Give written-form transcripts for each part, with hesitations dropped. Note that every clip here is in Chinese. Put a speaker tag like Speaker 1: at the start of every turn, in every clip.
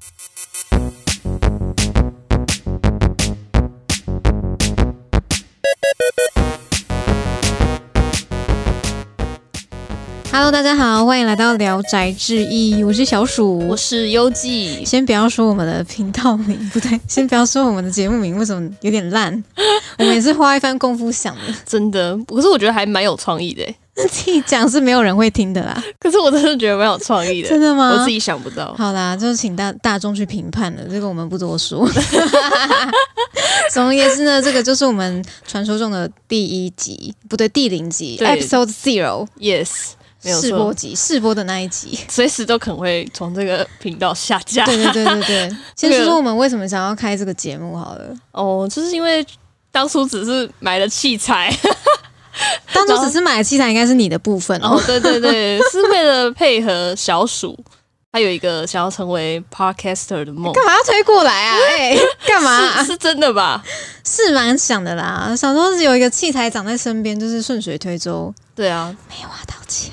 Speaker 1: Hello， 大家好，欢迎来到聊宅志异，我是小鼠，
Speaker 2: 我是优记。
Speaker 1: 先不要说我们的频道名，不对，先不要说我们的节目名，为什么有点烂？我们也是花一番功夫想的，
Speaker 2: 真的。可是我觉得还蛮有创意的，
Speaker 1: 自己讲是没有人会听的啦。
Speaker 2: 可是我真的觉得蛮有创意的，
Speaker 1: 真的吗？
Speaker 2: 我自己想不到。
Speaker 1: 好啦，就请大众去评判了，这个我们不多说。总而言之呢，这个就是我们传说中的第一集，不对，第0集 ，Episode Zero。Yes。试播集，试播的那一集，
Speaker 2: 随时都可能会从这个频道下架。
Speaker 1: 对。先说说我们为什么想要开这个节目好了。
Speaker 2: 哦，就是因为当初只是买了器材，
Speaker 1: 当初只是买了器材，应该是你的部分哦。
Speaker 2: 对，是为了配合小鼠，他有一个想要成为 podcaster 的梦。
Speaker 1: 干嘛要推过来啊？干嘛？
Speaker 2: 是真的吧？
Speaker 1: 是蛮想的啦，想说有一个器材长在身边，就是顺水推舟。
Speaker 2: 对啊，
Speaker 1: 没花到钱。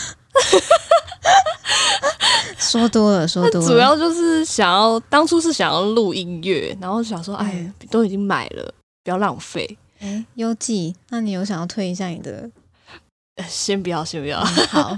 Speaker 1: 说多了。
Speaker 2: 主要就是当初是想要录音乐，然后想说，都已经买了，不要浪费。
Speaker 1: 优记，那你有想要推一下你的？
Speaker 2: 先不要。
Speaker 1: 好，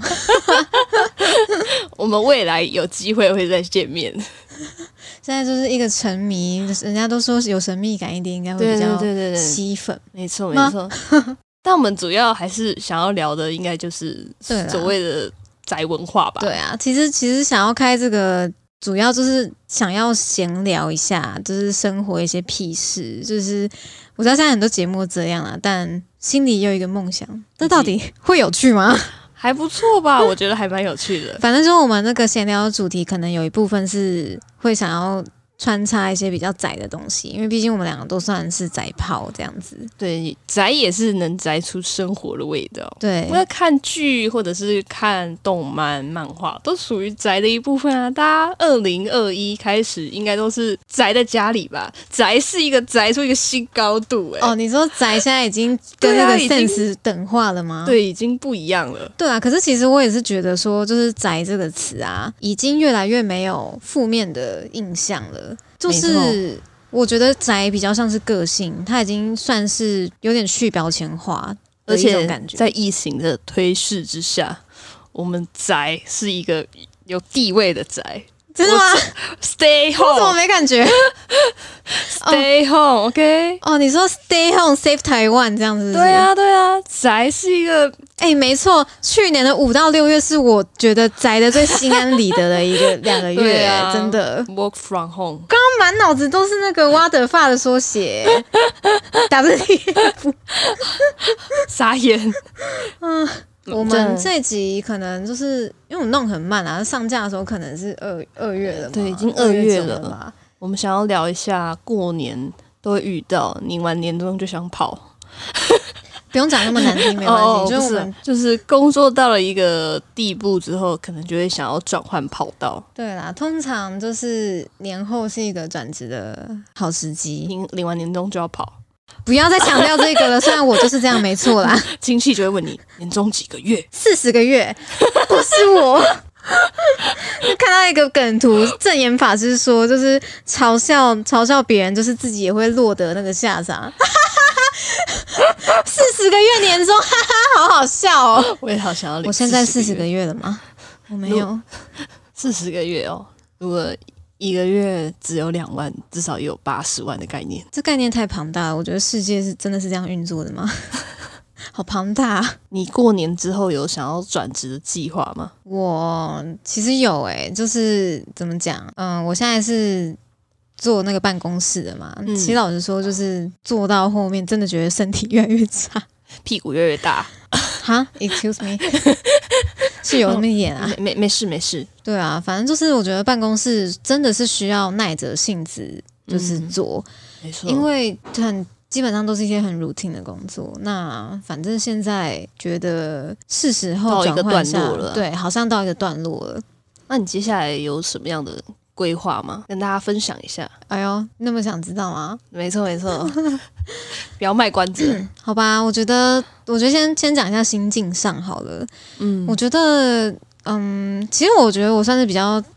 Speaker 2: 我们未来有机会会再见面。
Speaker 1: 现在就是一个沉迷，人家都说有神秘感一点，应该会比较吸粉。
Speaker 2: 没错。但我们主要还是想要聊的，应该就是所谓的宅文化吧。
Speaker 1: 对啊，其实想要开这个，主要就是想要闲聊一下，就是生活一些屁事。就是我知道现在很多节目这样啦，但心里也有一个梦想，这到底会有趣吗？
Speaker 2: 还不错吧，我觉得还蛮有趣的。
Speaker 1: 反正就我们那个闲聊的主题，可能有一部分是会想要穿插一些比较宅的东西，因为毕竟我们两个都算是宅炮这样子。
Speaker 2: 对，宅也是能宅出生活的味道。
Speaker 1: 对，
Speaker 2: 因为看剧或者是看动漫、漫画，都属于宅的一部分啊。大家2021开始应该都是宅在家里吧？宅是一个宅出一个新高度
Speaker 1: 哦，你说宅现在已经跟那个 sense 等化了吗？
Speaker 2: 对，已经不一样了。
Speaker 1: 对啊，可是其实我也是觉得说，就是宅这个词啊，已经越来越没有负面的印象了。就是我觉得宅比较像是个性，它已经算是有点去标签化的一种感觉。
Speaker 2: 在疫情的推示之下，我们宅是一个有地位的宅。
Speaker 1: 真的吗
Speaker 2: ？Stay home，
Speaker 1: 我怎么没感觉
Speaker 2: ？Stay home，OK？
Speaker 1: 哦，你说 Stay home save Taiwan 这样子？
Speaker 2: 对啊，宅是一个。
Speaker 1: 没错，去年的5到6月是我觉得宅的最心安理得的2个月，真的。
Speaker 2: Work from home，
Speaker 1: 刚刚满脑子都是那个挖的发的缩写，WTF，
Speaker 2: 傻眼。
Speaker 1: 我们这集可能就是因为我们弄很慢啊，上架的时候可能是2月了嘛，
Speaker 2: 对，已经2月了吧。我们想要聊一下过年都会遇到，领完年终就想跑。
Speaker 1: 不用讲那么难听，没关系。
Speaker 2: 就是工作到了一个地步之后，可能就会想要转换跑道。
Speaker 1: 对啦，通常就是年后是一个转职的好时机，
Speaker 2: 领完年终就要跑。
Speaker 1: 不要再强调这个了，虽然我就是这样，没错啦。
Speaker 2: 亲戚就会问你年终几个月
Speaker 1: ？40个月，不是我。看到一个梗图，正言法师说，就是嘲笑别人，就是自己也会落得那个下场。40个月年终，哈哈，好好笑哦！
Speaker 2: 我也好想要领。
Speaker 1: 我现在40个月了吗？我没有。
Speaker 2: 40个月哦，如果1个月只有2万，至少也有80万的概念。
Speaker 1: 这概念太庞大了，我觉得世界真的是这样运作的吗？好庞大啊！
Speaker 2: 你过年之后有想要转职的计划吗？
Speaker 1: 我其实有就是怎么讲？我现在是做那个办公室的嘛。其实老实说，就是做到后面，真的觉得身体越来越差，
Speaker 2: 屁股越来越大。
Speaker 1: 哈 ？Excuse me， 是有那么演啊？
Speaker 2: 没事。
Speaker 1: 对啊，反正就是我觉得办公室真的是需要耐着性子，就是做，
Speaker 2: 没错，
Speaker 1: 因为基本上都是一些很 routine 的工作。那反正现在觉得是时候转换一下，
Speaker 2: 到一个段落了。对，
Speaker 1: 好像到一个段落了。
Speaker 2: 那你接下来有什么样的规划吗？跟大家分享一下。
Speaker 1: 哎呦，那么想知道吗？
Speaker 2: 没错，不要卖关子。
Speaker 1: 好吧，我觉得先讲一下心境上好了。我觉得，其实我觉得我算是比较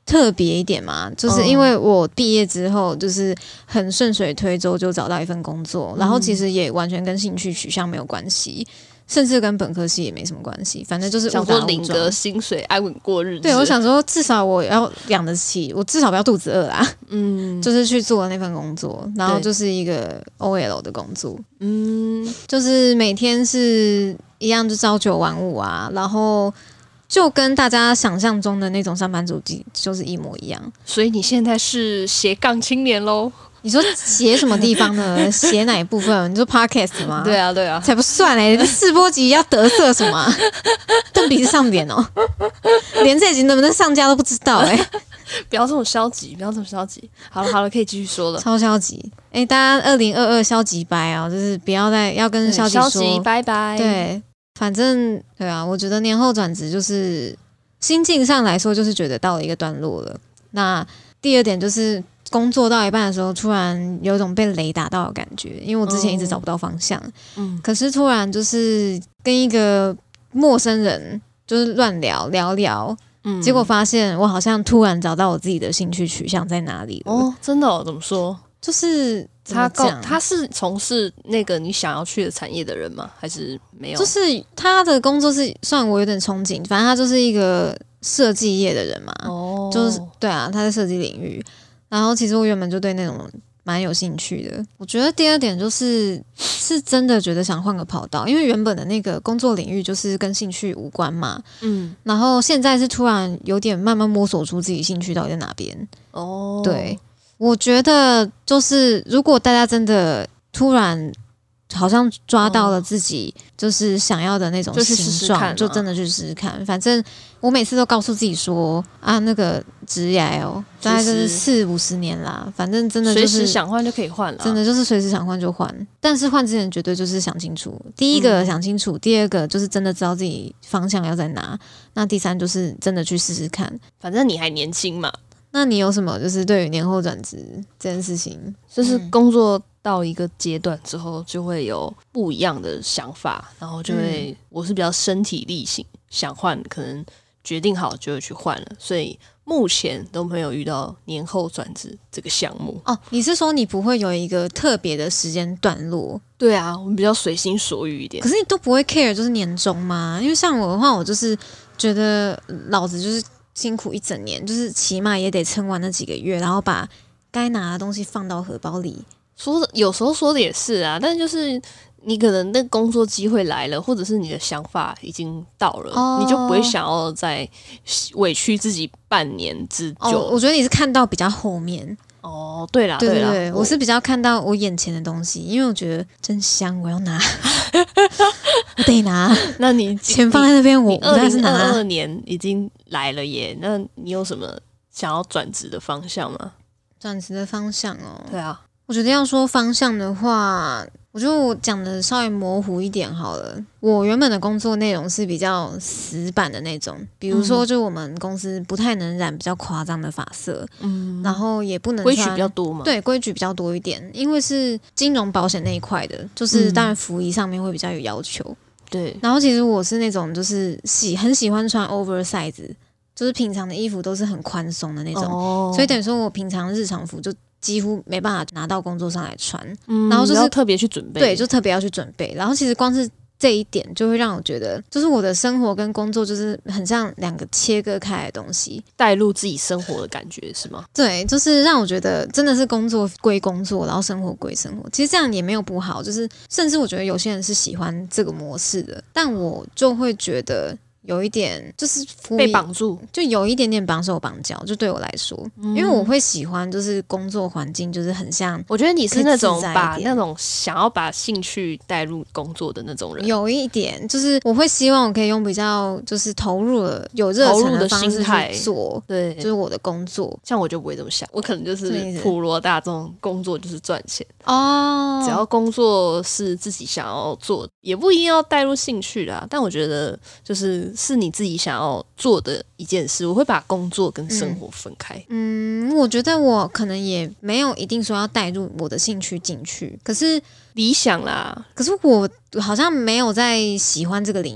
Speaker 1: 特别一点嘛，就是因为我毕业之后就是很顺水推舟就找到一份工作，然后其实也完全跟兴趣取向没有关系，甚至跟本科系也没什么关系，反正就是误打误撞
Speaker 2: 想说领个薪水安稳过日子。
Speaker 1: 对，我想说至少我要养得起，我至少不要肚子饿啦。就是去做那份工作，然后就是一个 OL 的工作。就是每天是一样就朝九晚五啊，然后就跟大家想象中的那种上班族就是一模一样。
Speaker 2: 所以你现在是斜杠青年咯？
Speaker 1: 你说写什么地方呢？写哪一部分？你说 podcast 吗？
Speaker 2: 对啊，对啊，
Speaker 1: 才不算嘞！试播集要得瑟什么、啊？瞪鼻子上脸哦，连这集能不能上架都不知道哎！
Speaker 2: 不要这么消极，不要这么消极。好了好了，可以继续说了。
Speaker 1: 超消极大家2022消极掰啊，就是不要再要跟消极说
Speaker 2: 消极拜拜。
Speaker 1: 对，反正对啊，我觉得年后转职就是心境上来说，就是觉得到了一个段落了。那第二点就是工作到一半的时候，突然有一种被雷打到的感觉，因为我之前一直找不到方向，可是突然就是跟一个陌生人就是乱聊，结果发现我好像突然找到我自己的兴趣取向在哪里了。
Speaker 2: 哦，真的哦？怎么说？
Speaker 1: 就是
Speaker 2: 他是从事那个你想要去的产业的人吗？还是没有？
Speaker 1: 就是他的工作是，虽然我有点憧憬，反正他就是一个设计业的人嘛。就是对啊，他在设计领域。然后其实我原本就对那种蛮有兴趣的。我觉得第二点是真的觉得想换个跑道，因为原本的那个工作领域就是跟兴趣无关嘛。然后现在是突然有点慢慢摸索出自己兴趣到底在哪边。对，我觉得就是如果大家真的突然好像抓到了自己就是想要的那种形状，就真的去试试看。反正我每次都告诉自己说啊，那个职涯大概就是40-50年啦，反正真的就是
Speaker 2: 随时想换就可以换了，
Speaker 1: 真的就是随时想换就换。但是换之前绝对就是想清楚，第一个想清楚，第二个就是真的知道自己方向要在哪，那第三就是真的去试试看。
Speaker 2: 反正你还年轻嘛。
Speaker 1: 那你有什么就是对于年后转职这件事情，
Speaker 2: 就是工作到一个阶段之后就会有不一样的想法，然后就会我是比较身体力行，想换可能决定好就会去换了，所以目前都没有遇到年后转职这个项目。
Speaker 1: 你是说你不会有一个特别的时间段落？
Speaker 2: 对啊，我们比较随心所欲一点。
Speaker 1: 可是你都不会 care 就是年终吗？因为像我的话，我就是觉得老子就是辛苦一整年，就是起码也得撑完那几个月，然后把该拿的东西放到荷包里。
Speaker 2: 有时候说的也是啊，但就是你可能那工作机会来了，或者是你的想法已经到了，你就不会想要再委屈自己半年之久。
Speaker 1: 我觉得你是看到比较后面。
Speaker 2: 对啦，
Speaker 1: 对，我是比较看到我眼前的东西，因为我觉得真香，我要拿，我得拿。
Speaker 2: 那你
Speaker 1: 钱放在那边，我当然是拿。
Speaker 2: 2022年已经来了耶，那你有什么想要转职的方向吗？
Speaker 1: 转职的方向
Speaker 2: 对啊，
Speaker 1: 我觉得要说方向的话，我觉得我讲的稍微模糊一点好了。我原本的工作内容是比较死板的那种，比如说就我们公司不太能染比较夸张的发色，然后也不能
Speaker 2: 规矩比较多嘛。
Speaker 1: 对，规矩比较多一点，因为是金融保险那一块的，就是当然服仪上面会比较有要求。
Speaker 2: 对，
Speaker 1: 然后其实我是那种就是很喜欢穿 oversize， 就是平常的衣服都是很宽松的那种，所以等于说我平常日常服就几乎没办法拿到工作上来穿，然后就是
Speaker 2: 要特别去准备，
Speaker 1: 对，就特别要去准备。然后其实光是这一点就会让我觉得，就是我的生活跟工作就是很像两个切割开来的东西，
Speaker 2: 带入自己生活的感觉是吗？
Speaker 1: 对，就是让我觉得真的是工作归工作，然后生活归生活。其实这样也没有不好，就是甚至我觉得有些人是喜欢这个模式的，但我就会觉得有一点就是
Speaker 2: 被绑住，
Speaker 1: 就有一点点绑手绑脚，就对我来说，因为我会喜欢就是工作环境就是很像，
Speaker 2: 我觉得你是那种把那种想要把兴趣带入工作的那种人，
Speaker 1: 有一点就是我会希望我可以用比较就是投入了有热忱的方式去做，对，就是我的工作。
Speaker 2: 像我就不会这么想，我可能就是普罗大众，工作就是赚钱只要工作是自己想要做，也不一定要带入兴趣啦，但我觉得就是你自己想要做的一件事，我会把工作跟生活分开。
Speaker 1: 我觉得我可能也没有一定说要带入我的兴趣进去，可是
Speaker 2: 理想啦，
Speaker 1: 可是我好像没有在喜欢这个领域，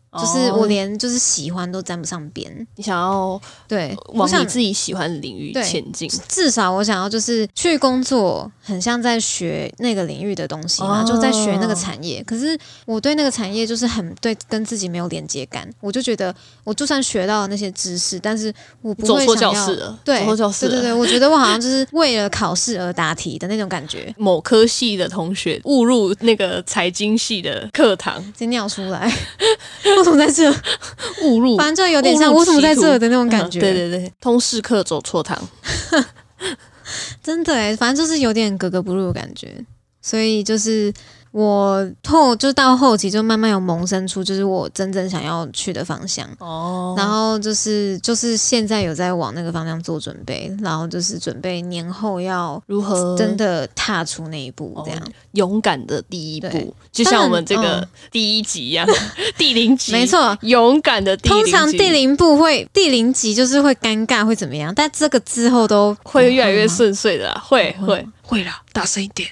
Speaker 1: 就是我连就是喜欢都沾不上边。
Speaker 2: 你想要
Speaker 1: 对
Speaker 2: 往你自己喜欢的领域前进，
Speaker 1: 至少我想要就是去工作，很像在学那个领域的东西嘛，就在学那个产业。可是我对那个产业就是很对，跟自己没有连接感。我就觉得我就算学到了那些知识，但是我不会想要
Speaker 2: 走错教室了，
Speaker 1: 对，
Speaker 2: 走错教室了。
Speaker 1: 对，我觉得我好像就是为了考试而答题的那种感觉。
Speaker 2: 某科系的同学误入那个财经系的课堂，
Speaker 1: 直接尿出来，为什么在这？
Speaker 2: 误入，
Speaker 1: 反正就有点像我怎么在这的那种感觉。
Speaker 2: 对，通识课走错堂，
Speaker 1: 真的耶，反正就是有点格格不入的感觉。所以就是我就到后期就慢慢有萌生出就是我真正想要去的方向然后就是现在有在往那个方向做准备，然后就是准备年后要
Speaker 2: 如何
Speaker 1: 真的踏出那一步，这样
Speaker 2: 勇敢的第一步，就像我们这个第1集一样，第0集，
Speaker 1: 没错，
Speaker 2: 勇敢的第0集。
Speaker 1: 通常第0集就是会尴尬会怎么样，但这个之后都
Speaker 2: 会越来越顺遂的啦，会啦，大声一点。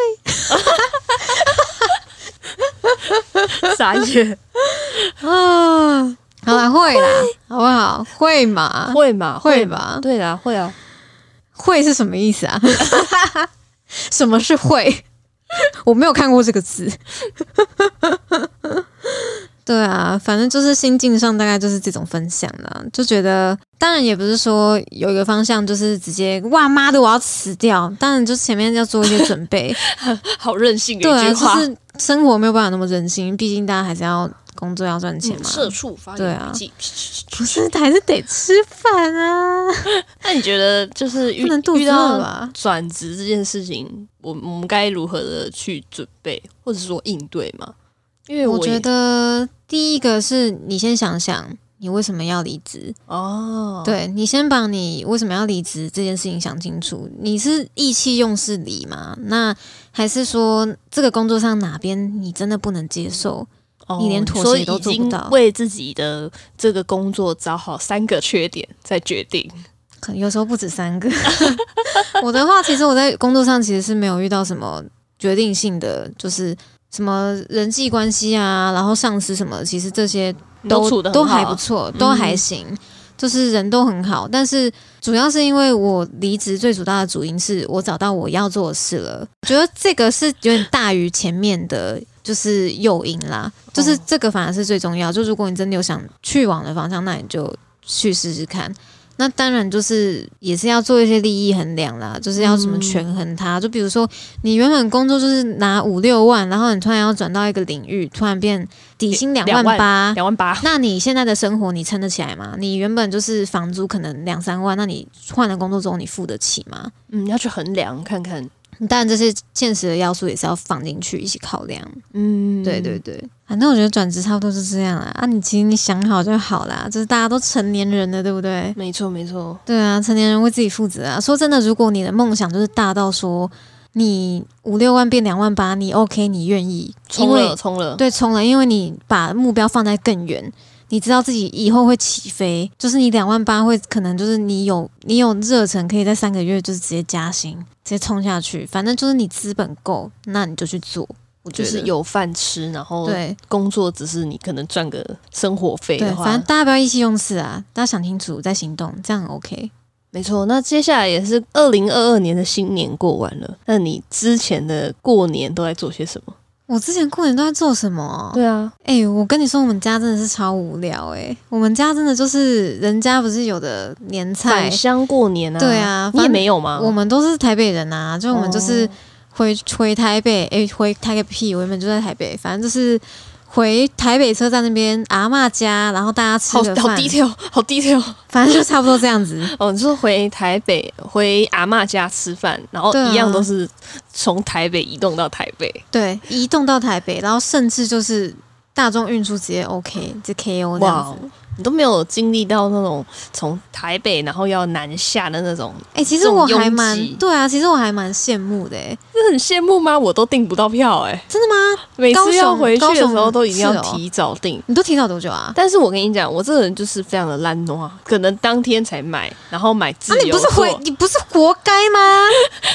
Speaker 2: 傻眼
Speaker 1: 啊！好啦，会啦，好不好？会嘛？
Speaker 2: 会嘛？
Speaker 1: 会吧？
Speaker 2: 对啦，会啊。
Speaker 1: 会是什么意思啊？什么是会？我没有看过这个字。对啊，反正就是心境上大概就是这种分享啦，就觉得当然也不是说有一个方向就是直接哇妈的我要辞掉，当然就是前面要做一些准备。
Speaker 2: 好任性的一句话。
Speaker 1: 对啊，就是生活没有办法那么任性，毕竟大家还是要工作要赚钱嘛。
Speaker 2: 社畜发言笔记，
Speaker 1: 不是还是得吃饭啊。
Speaker 2: 那你觉得就是
Speaker 1: 不能肚子饿吧？
Speaker 2: 转职这件事情，我们该如何的去准备，或者说应对吗？因为
Speaker 1: 我觉得第一个是你先想想你为什么要离职哦，对，你先把你为什么要离职这件事情想清楚。你是意气用事离吗？那还是说这个工作上哪边你真的不能接受？你连妥协都做不到，
Speaker 2: 为自己的这个工作找好3个缺点再决定。
Speaker 1: 可能有时候不止3个。我的话，其实我在工作上其实是没有遇到什么决定性的，就是什么人际关系啊，然后上司什么，其实这些都还不错，都还行，就是人都很好。但是主要是因为我离职最主要的主因是我找到我要做的事了，觉得这个是有点大于前面的就是诱因啦，就是这个反而是最重要。就如果你真的有想去往的方向，那你就去试试看。那当然就是也是要做一些利益衡量啦，就是要怎么权衡它。就比如说你原本工作就是拿5-6万，然后你突然要转到一个领域，突然变底薪28000，那你现在的生活你撑得起来吗？你原本就是房租可能2-3万，那你换了工作之后你付得起吗？
Speaker 2: 要去衡量看看。
Speaker 1: 当然这些现实的要素也是要放进去一起考量。对，反正我觉得转职差不多是这样啦。其实你想好就好啦，就是大家都成年人了，对不对？
Speaker 2: 没错。
Speaker 1: 对啊，成年人为自己负责啊。说真的，如果你的梦想就是大到说你5-6万变28000，你 OK， 你愿意冲了，对，冲了，因为你把目标放在更远。你知道自己以后会起飞，就是你28000会可能就是你有热忱，可以在3个月就是直接加薪，直接冲下去。反正就是你资本够，那你就去做。我觉得
Speaker 2: 就是有饭吃，然后工作只是你可能赚个生活费的话，
Speaker 1: 对，反正大家不要意气用事啊，大家想清楚再行动，这样很 OK。
Speaker 2: 没错，那接下来也是2022年的新年过完了，那你之前的过年都在做些什么？
Speaker 1: 我之前过年都在做什么？
Speaker 2: 对啊，
Speaker 1: 我跟你说，我们家真的是超无聊我们家真的就是人家不是有的年菜
Speaker 2: 返乡过年啊？
Speaker 1: 对啊，
Speaker 2: 你也没有吗？
Speaker 1: 我们都是台北人啊，就我们就是回台北，回台个屁！我原本就在台北，反正就是回台北车站那边阿嬷家，然后大家吃个饭，
Speaker 2: 好低调，
Speaker 1: 反正就差不多这样子。
Speaker 2: 你说回台北回阿嬷家吃饭，然后一样都是从台北移动到台北，
Speaker 1: 对，移动到台北，然后甚至就是大众运输直接 OK， 直接 KO 这样子。
Speaker 2: 你都没有经历到那种从台北然后要南下的那种
Speaker 1: 其实我还蛮对啊，其实我还蛮羡慕的
Speaker 2: 这很羡慕吗？我都订不到票
Speaker 1: 真的吗？
Speaker 2: 每次要回去的时候都一定要提早订。
Speaker 1: 你都提早多久啊？
Speaker 2: 但是我跟你讲，我这个人就是非常的懒惰，可能当天才买，然后买自由座。
Speaker 1: 你不是活该吗？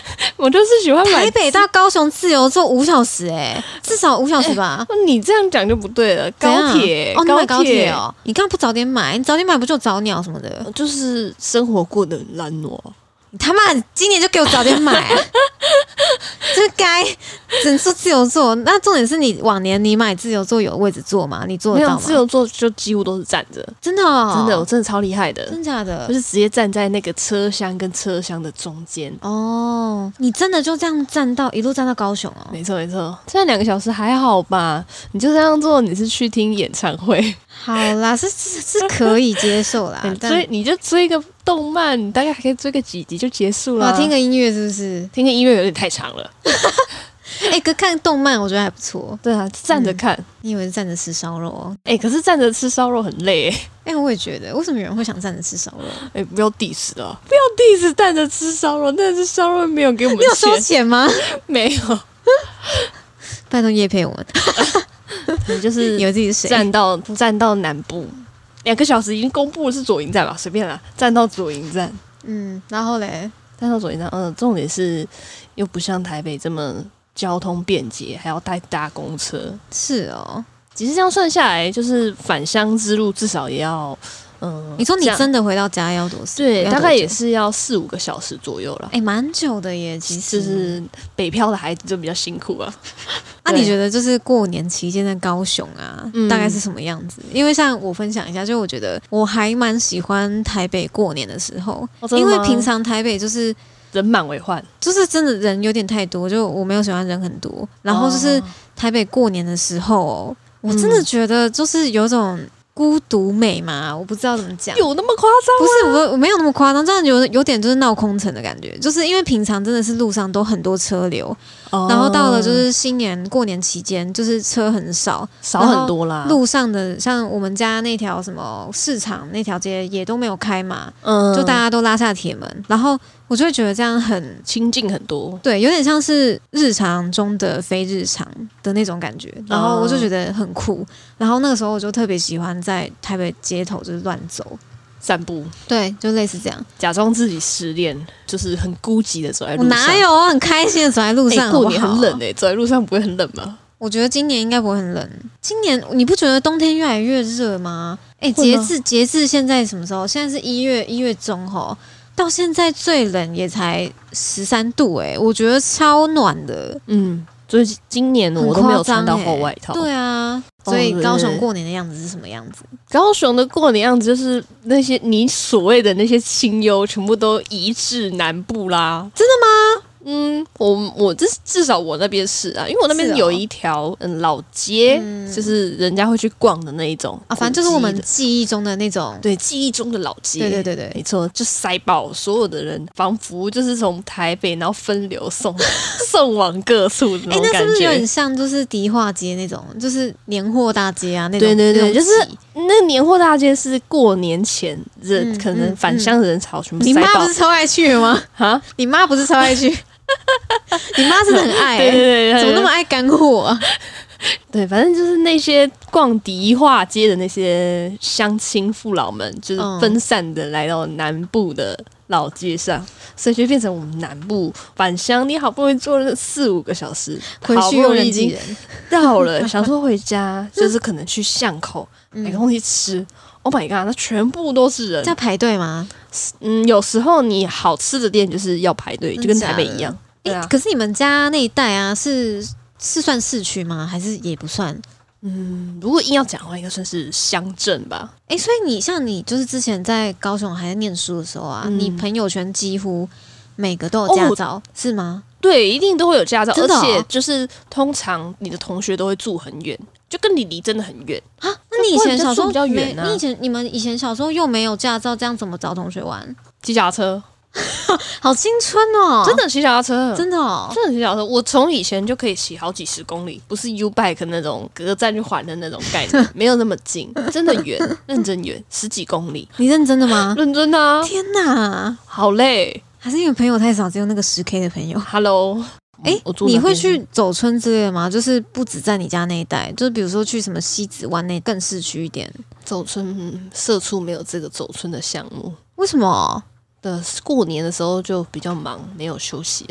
Speaker 2: 我就是喜欢买
Speaker 1: 台北到高雄自由坐5小时至少5小时吧。
Speaker 2: 你这样讲就不对了，高铁
Speaker 1: 哦，你买高铁哦？你刚刚不早点买？你早点买不就早鸟什么的？
Speaker 2: 就是生活过得很懒惰。
Speaker 1: 你他妈今年就给我早点买啊！这该只能说自由座。那重点是你往年你买自由座有位置坐吗？你坐得到吗？
Speaker 2: 没有，自由座就几乎都是站着。
Speaker 1: 真的哦？
Speaker 2: 真的，我真的超厉害的。
Speaker 1: 真假的？
Speaker 2: 就是直接站在那个车厢跟车厢的中间。
Speaker 1: 哦，你真的就这样一路站到高雄哦？
Speaker 2: 没错没错，现在2个小时还好吧？你就这样做，你是去听演唱会？
Speaker 1: 好啦，是可以接受啦。
Speaker 2: 你就追个动漫，你大概还可以追个几集就结束了。
Speaker 1: 听个音乐是不是？
Speaker 2: 听个音乐有点太长了。
Speaker 1: 可看动漫我觉得还不错。
Speaker 2: 对啊，站着看。
Speaker 1: 你以为是站着吃烧肉哦？
Speaker 2: 可是站着吃烧肉很累
Speaker 1: 我也觉得，为什么有人会想站着吃烧肉？
Speaker 2: 不要 diss 了，不要 diss 站着吃烧肉，但是烧肉没有给我们钱。
Speaker 1: 你有收钱吗？
Speaker 2: 没有。
Speaker 1: 拜托业配我们。
Speaker 2: 你就是
Speaker 1: 以为自己是谁？
Speaker 2: 站到南部2个小时已经公布的是左营站吧，随便啦，站到左营站。
Speaker 1: 然后嘞，
Speaker 2: 站到左营站，重点是又不像台北这么交通便捷，还要搭公车。
Speaker 1: 是哦，
Speaker 2: 其实这样算下来，就是返乡之路至少也要。
Speaker 1: 你说你真的回到家要多久？
Speaker 2: 对，大概也是要4-5个小时左右了。
Speaker 1: 蛮久的耶，其实
Speaker 2: 就是北漂的孩子就比较辛苦啊。
Speaker 1: 你觉得就是过年期间的高雄啊，大概是什么样子？因为像我分享一下，就我觉得我还蛮喜欢台北过年的时候，因为平常台北就是
Speaker 2: 人满为患，
Speaker 1: 就是真的人有点太多，就我没有喜欢人很多。然后就是台北过年的时候我真的觉得就是有种孤独美嘛，我不知道怎么讲，
Speaker 2: 有那么夸张
Speaker 1: 吗？不是我没有那么夸张，这样有点就是闹空城的感觉，就是因为平常真的是路上都很多车流，然后到了就是新年过年期间，就是车很少
Speaker 2: 很多啦。
Speaker 1: 路上的像我们家那条什么市场那条街也都没有开嘛，就大家都拉下铁门，然后我就会觉得这样很
Speaker 2: 亲近很多，
Speaker 1: 对，有点像是日常中的非日常的那种感觉，然后我就觉得很酷。然后那个时候我就特别喜欢在台北街头就是乱走
Speaker 2: 散步，
Speaker 1: 对，就类似这样，
Speaker 2: 假装自己失恋，就是很孤寂的走在路上。
Speaker 1: 我哪有很开心的走在路上？
Speaker 2: 过年很冷走在路上不会很冷吗？
Speaker 1: 我觉得今年应该不会很冷。今年你不觉得冬天越来越热吗？节制现在什么时候？现在是1月中吼。到现在最冷也才13度我觉得超暖的。
Speaker 2: 所以今年我都没有穿到厚外套。
Speaker 1: 对啊，所以高雄过年的样子是什么样子？
Speaker 2: 高雄的过年样子就是那些你所谓的那些清幽全部都移至南部啦。
Speaker 1: 真的吗？
Speaker 2: 我至少我那边是啊，因为我那边有一条老街，就是人家会去逛的那一种
Speaker 1: 啊，反正就是我们记忆中的那种，
Speaker 2: 对，记忆中的老街，
Speaker 1: 对，
Speaker 2: 没错，就塞爆所有的人，仿佛就是从台北然后分流送往各处的那种感觉。
Speaker 1: 那是不是有点像就是迪化街那种，就是年货大街啊那种？
Speaker 2: 对，就是那年货大街是过年前人可能返乡的人潮全部塞爆。
Speaker 1: 你妈不是超爱去的吗？
Speaker 2: 啊，
Speaker 1: 你妈不是超爱去？你妈真的很爱
Speaker 2: 对，
Speaker 1: 怎么那么爱干货啊？
Speaker 2: 对，反正就是那些逛迪化街的那些乡亲父老们，就是分散的来到南部的老街上，所以就变成我们南部返乡，你好不容易坐了4-5个小时，
Speaker 1: 回去又人挤人
Speaker 2: 到了，想说回家就是可能去巷口买个东西吃。Oh my god！ 那全部都是人，
Speaker 1: 在排队吗？
Speaker 2: 有时候你好吃的店就是要排队，就跟台北一样。对啊，
Speaker 1: 可是你们家那一带啊，是算市区吗？还是也不算？
Speaker 2: 如果硬要讲的话，应该算是乡镇吧。
Speaker 1: 所以你就是之前在高雄还在念书的时候啊，你朋友圈几乎每个都有驾照，是吗？
Speaker 2: 对，一定都会有驾照，而且就是通常你的同学都会住很远，就跟你离真的很远
Speaker 1: 啊。那你以前小时候
Speaker 2: 比较远啊？
Speaker 1: 你们以前小时候又没有驾照，这样怎么找同学玩？
Speaker 2: 骑脚踏车。
Speaker 1: 好青春哦！
Speaker 2: 真的骑脚踏车，
Speaker 1: 真的哦，
Speaker 2: 真的骑脚踏车。我从以前就可以骑好几十公里，不是 U-bike 那种隔站就还的那种概念，没有那么近，真的远，认真远，10几公里。
Speaker 1: 你认真的吗？
Speaker 2: 认真的啊！
Speaker 1: 天哪，
Speaker 2: 好累。
Speaker 1: 还是因为朋友太少，只有那个10K 的朋友。
Speaker 2: Hello，
Speaker 1: 你会去走村之类的吗？就是不止在你家那一带，就是比如说去什么西子湾那更市区一点。
Speaker 2: 走村社畜没有这个走村的项目，
Speaker 1: 为什么？
Speaker 2: 过年的时候就比较忙，没有休息啊。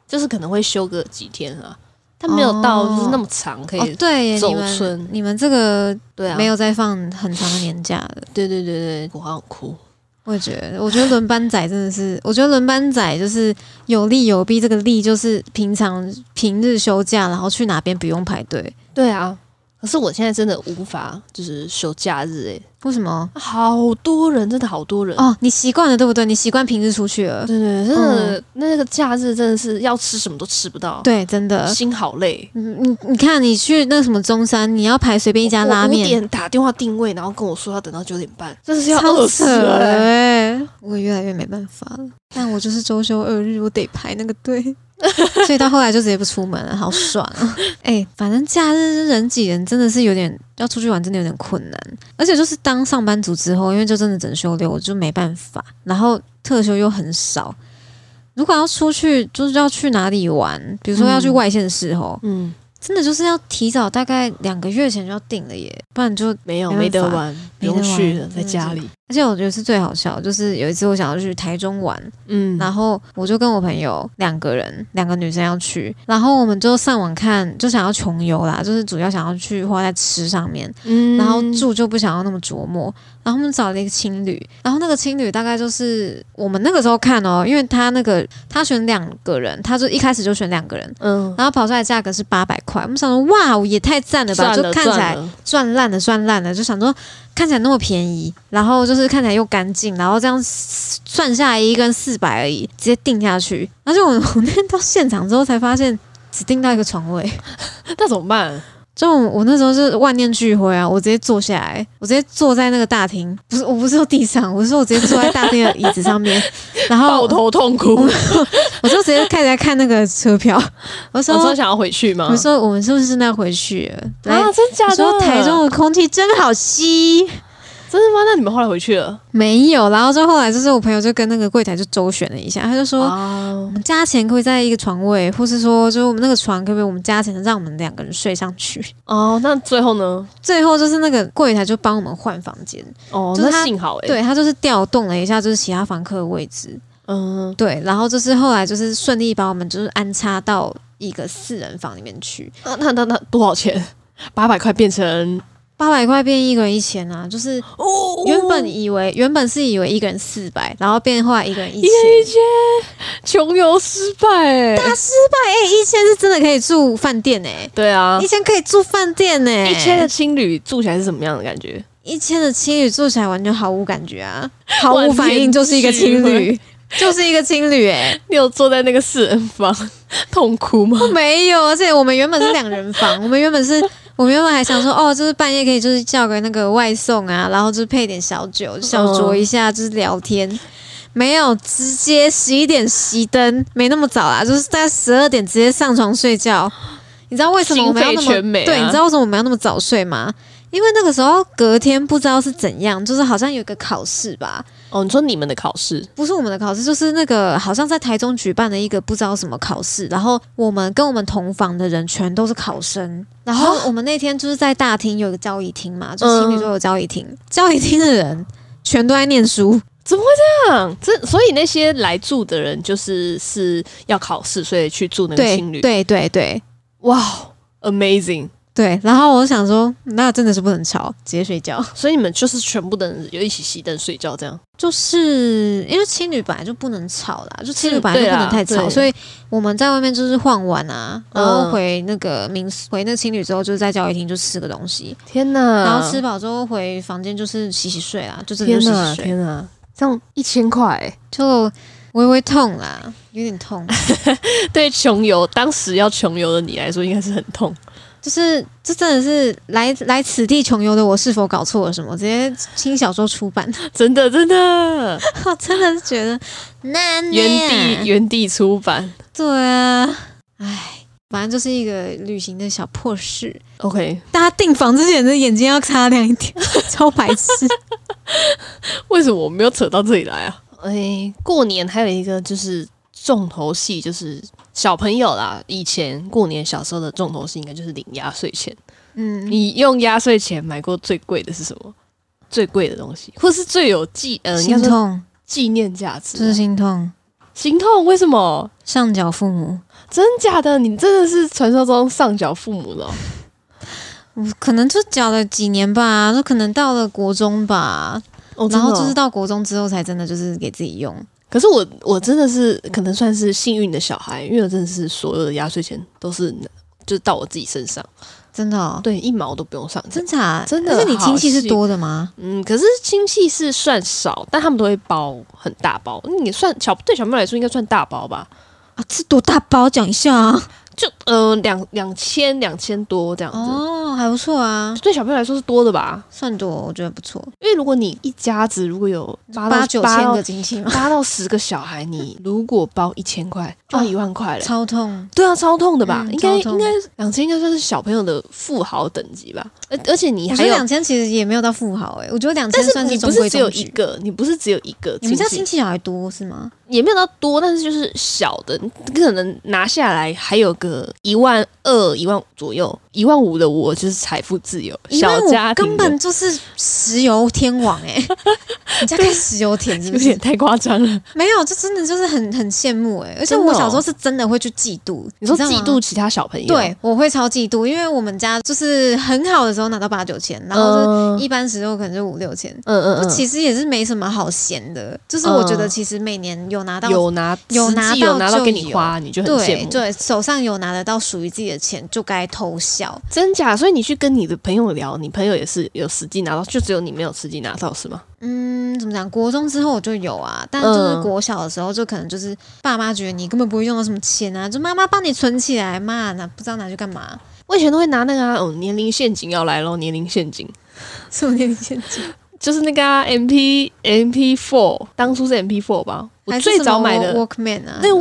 Speaker 2: 就是可能会休个几天啊，但没有到就是那么长可以
Speaker 1: 对
Speaker 2: 走春。
Speaker 1: 你们这个
Speaker 2: 对啊，
Speaker 1: 没有再放很长的年假的。
Speaker 2: 对，我好想哭。
Speaker 1: 我觉得轮班仔真的是，我觉得轮班仔就是有利有弊。这个利就是平日休假，然后去哪边不用排队。
Speaker 2: 对啊，可是我现在真的无法就是休假日
Speaker 1: 为什么？
Speaker 2: 好多人，真的好多人
Speaker 1: 哦！你习惯了对不对？你习惯平日出去了。
Speaker 2: 对，真的、那个假日真的是要吃什么都吃不到。
Speaker 1: 对，真的
Speaker 2: 心好累。
Speaker 1: 你看，你去那什么中山，你要排随便一家拉面，
Speaker 2: 我5点打电话定位，然后跟我说要等到9点半，真的是要
Speaker 1: 超
Speaker 2: 饿死了
Speaker 1: 我也越来越没办法了。但我就是周休2日，我得排那个队。所以到后来就直接不出门了，好爽啊！反正假日人挤人真的是有点要出去玩，真的有点困难。而且就是当上班族之后，因为就真的整休6，我就没办法。然后特休又很少，如果要出去，就是要去哪里玩，比如说要去外县市真的就是要提早大概2个月前就要定了耶，不然就
Speaker 2: 没得玩，不用去了，在家里。
Speaker 1: 而且我觉得是最好笑，就是有一次我想要去台中玩，然后我就跟我朋友2个女生要去，然后我们就上网看，就想要穷游啦，就是主要想要去花在吃上面，然后住就不想要那么琢磨，然后我们找了一个青旅，然后那个青旅大概就是我们那个时候看因为他选2个人，他就一开始就选2个人，然后跑出来的价格是800块，我们想说哇，也太赞了吧，就看起来赚烂了，就想说看起来那么便宜，然后就是看起来又干净，然后这样算下来一个人400而已，直接定下去。而且我那天到现场之后才发现，只订到一个床位，
Speaker 2: 那怎么办？
Speaker 1: 就我那时候是万念俱灰啊！我直接坐下来，我直接坐在那个大厅，我不是坐地上，我是说我直接坐在大厅的椅子上面，然后
Speaker 2: 抱头痛哭，
Speaker 1: 我就直接开始在看那个车票。我说
Speaker 2: 想要回去吗？
Speaker 1: 我说我们是不是要回去了？
Speaker 2: 真假的？
Speaker 1: 说台中的空气真好吸。
Speaker 2: 真的吗？那你们后来回去了？
Speaker 1: 没有，然后就后来就是我朋友就跟那个柜台就周旋了一下，他就说我们加钱可不可以在一个床位，或是说就是我们那个床可不可以我们加钱让我们2个人睡上去？
Speaker 2: 那最后呢？
Speaker 1: 最后就是那个柜台就帮我们换房间。就是
Speaker 2: 那幸好
Speaker 1: 对他就是调动了一下就是其他房客的位置。对，然后就是后来就是顺利把我们就是安插到一个4人房里面去。
Speaker 2: 那多少钱？800块变成
Speaker 1: 800块变1个人1000啊，就是原本是以为1个人400，然后变后来1个人1000，
Speaker 2: 穷游失败
Speaker 1: 大失败1000是真的可以住饭店
Speaker 2: 对啊
Speaker 1: ，1000可以住饭店
Speaker 2: 1000的青旅住起来是什么样的感觉
Speaker 1: ？1000的青旅住起来完全毫无感觉啊，毫无反应，就是一个青旅。就是一个青旅
Speaker 2: 你有坐在那个4人房痛哭吗？
Speaker 1: 没有，而且我们原本是2人房，我们原本还想说就是半夜可以就是叫个那个外送啊，然后就是配点小酒小酌一下，就是聊天。没有，直接11点熄灯，没那么早啦，就是在12点直接上床睡觉。你知道为什么我们要那么对？你知道为什么我们要那么早睡吗？因为那个时候隔天不知道是怎样，就是好像有一个考试吧。
Speaker 2: 你说你们的考试？
Speaker 1: 不是我们的考试，就是那个好像在台中举办的一个不知道什么考试，然后我们跟我们同房的人全都是考生，然后我们那天就是在大厅有一个交易厅嘛，就情侣都有交易厅，交易厅的人全都在念书。
Speaker 2: 怎么会这样？所以那些来住的人是要考试，所以去住那个青旅。
Speaker 1: 对，
Speaker 2: 哇 ，amazing！
Speaker 1: 对，然后我想说，那真的是不能吵，直接睡觉。
Speaker 2: 所以你们就是全部的人有一起熄灯睡觉，这样？
Speaker 1: 就是因为青旅本来就不能吵啦，就青旅本来就不能太吵，所以我们在外面就是晃完啊，然后回那个青旅之后，就是在交易厅就吃个东西。
Speaker 2: 天哪！
Speaker 1: 然后吃饱之后回房间就是洗睡啦，就真的就洗洗睡。
Speaker 2: 天哪！这样1000块
Speaker 1: 就微微痛啦，有点痛。
Speaker 2: 对穷游当时要穷游的你来说，应该是很痛。
Speaker 1: 就是这真的是来此地穷游的我是否搞错了什么？直接轻小说出版，
Speaker 2: 真的，
Speaker 1: 我真的是觉得难
Speaker 2: 原地出版。
Speaker 1: 对啊，反正就是一个旅行的小破事。
Speaker 2: OK，
Speaker 1: 大家订房之前的眼睛要擦亮一点，超白痴。
Speaker 2: 为什么我没有扯到这里来啊？过年还有一个就是重头戏，就是小朋友啦，以前过年小时候的重头戏应该就是领压岁钱。你用压岁钱买过最贵的是什么？最贵的东西，或是最有
Speaker 1: 心痛
Speaker 2: 纪念价值？
Speaker 1: 就是心痛。
Speaker 2: 心痛？为什么？
Speaker 1: 上缴父母。
Speaker 2: 真假的？你真的是传说中上缴父母了？
Speaker 1: 我可能就缴了几年吧，就可能到了国中吧，然后就是到国中之后才真的就是给自己用。
Speaker 2: 可是我真的是可能算是幸运的小孩，因为我真的是所有的压岁钱都是就是到我自己身上。真的哦，对，1毛都不用上缴，
Speaker 1: 真假？
Speaker 2: 真的。
Speaker 1: 但是你亲戚是多的吗？
Speaker 2: 可是亲戚是算少，但他们都会包很大包。你算对小朋友来说应该算大包吧？
Speaker 1: 啊，是多大包？讲一下啊。
Speaker 2: 就2000多这样子
Speaker 1: 哦，还不错啊。
Speaker 2: 对小朋友来说是多的吧？
Speaker 1: 算多，我觉得不错。
Speaker 2: 因为如果你一家子如果有
Speaker 1: 8、9千个亲戚
Speaker 2: ，8到10个小孩，你如果包1000块，就要1万块了，超痛。对啊，超痛的吧？应该2000应该算是小朋友的富豪等级吧？而且你还有
Speaker 1: 2000其实也没有到富豪我觉得2000算是中规中矩。
Speaker 2: 但是你不是只有一个，你不是只有一个，
Speaker 1: 你们家亲戚小孩多是吗？
Speaker 2: 也没有到多，但是就是小的，你可能拿下来还有个12000、15000左右，15000的我就是财富自由，小家庭
Speaker 1: 根本就是石油天王你家开石油田是不是？
Speaker 2: 有点太夸张了。
Speaker 1: 没有，这真的就是很羡慕而且我小时候是真的会去嫉妒。
Speaker 2: 你说嫉妒其他小朋友？
Speaker 1: 对，我会超嫉妒，因为我们家就是很好的时候拿到8、9千，然后是一般时候可能就5、6千。就其实也是没什么好闲的，就是我觉得其实每年有拿到
Speaker 2: 给你花，你就很羡慕。
Speaker 1: 对，手上有拿得到属于自己的钱，就该偷笑。
Speaker 2: 真假？所以你去跟你的朋友聊，你朋友也是有实际拿到，就只有你没有实际拿到是吗？
Speaker 1: 怎么讲？国中之后我就有啊，但就是国小的时候，就可能就是爸妈觉得你根本不会用到什么钱啊，就妈妈帮你存起来嘛，不知道拿去干嘛。
Speaker 2: 我以前都会拿那个年龄陷阱要来咯，年龄陷阱。
Speaker 1: 什么年龄陷阱？
Speaker 2: 就是那个MP4，当初是 MP4 吧？我最早买的
Speaker 1: Walkman 啊，
Speaker 2: 那个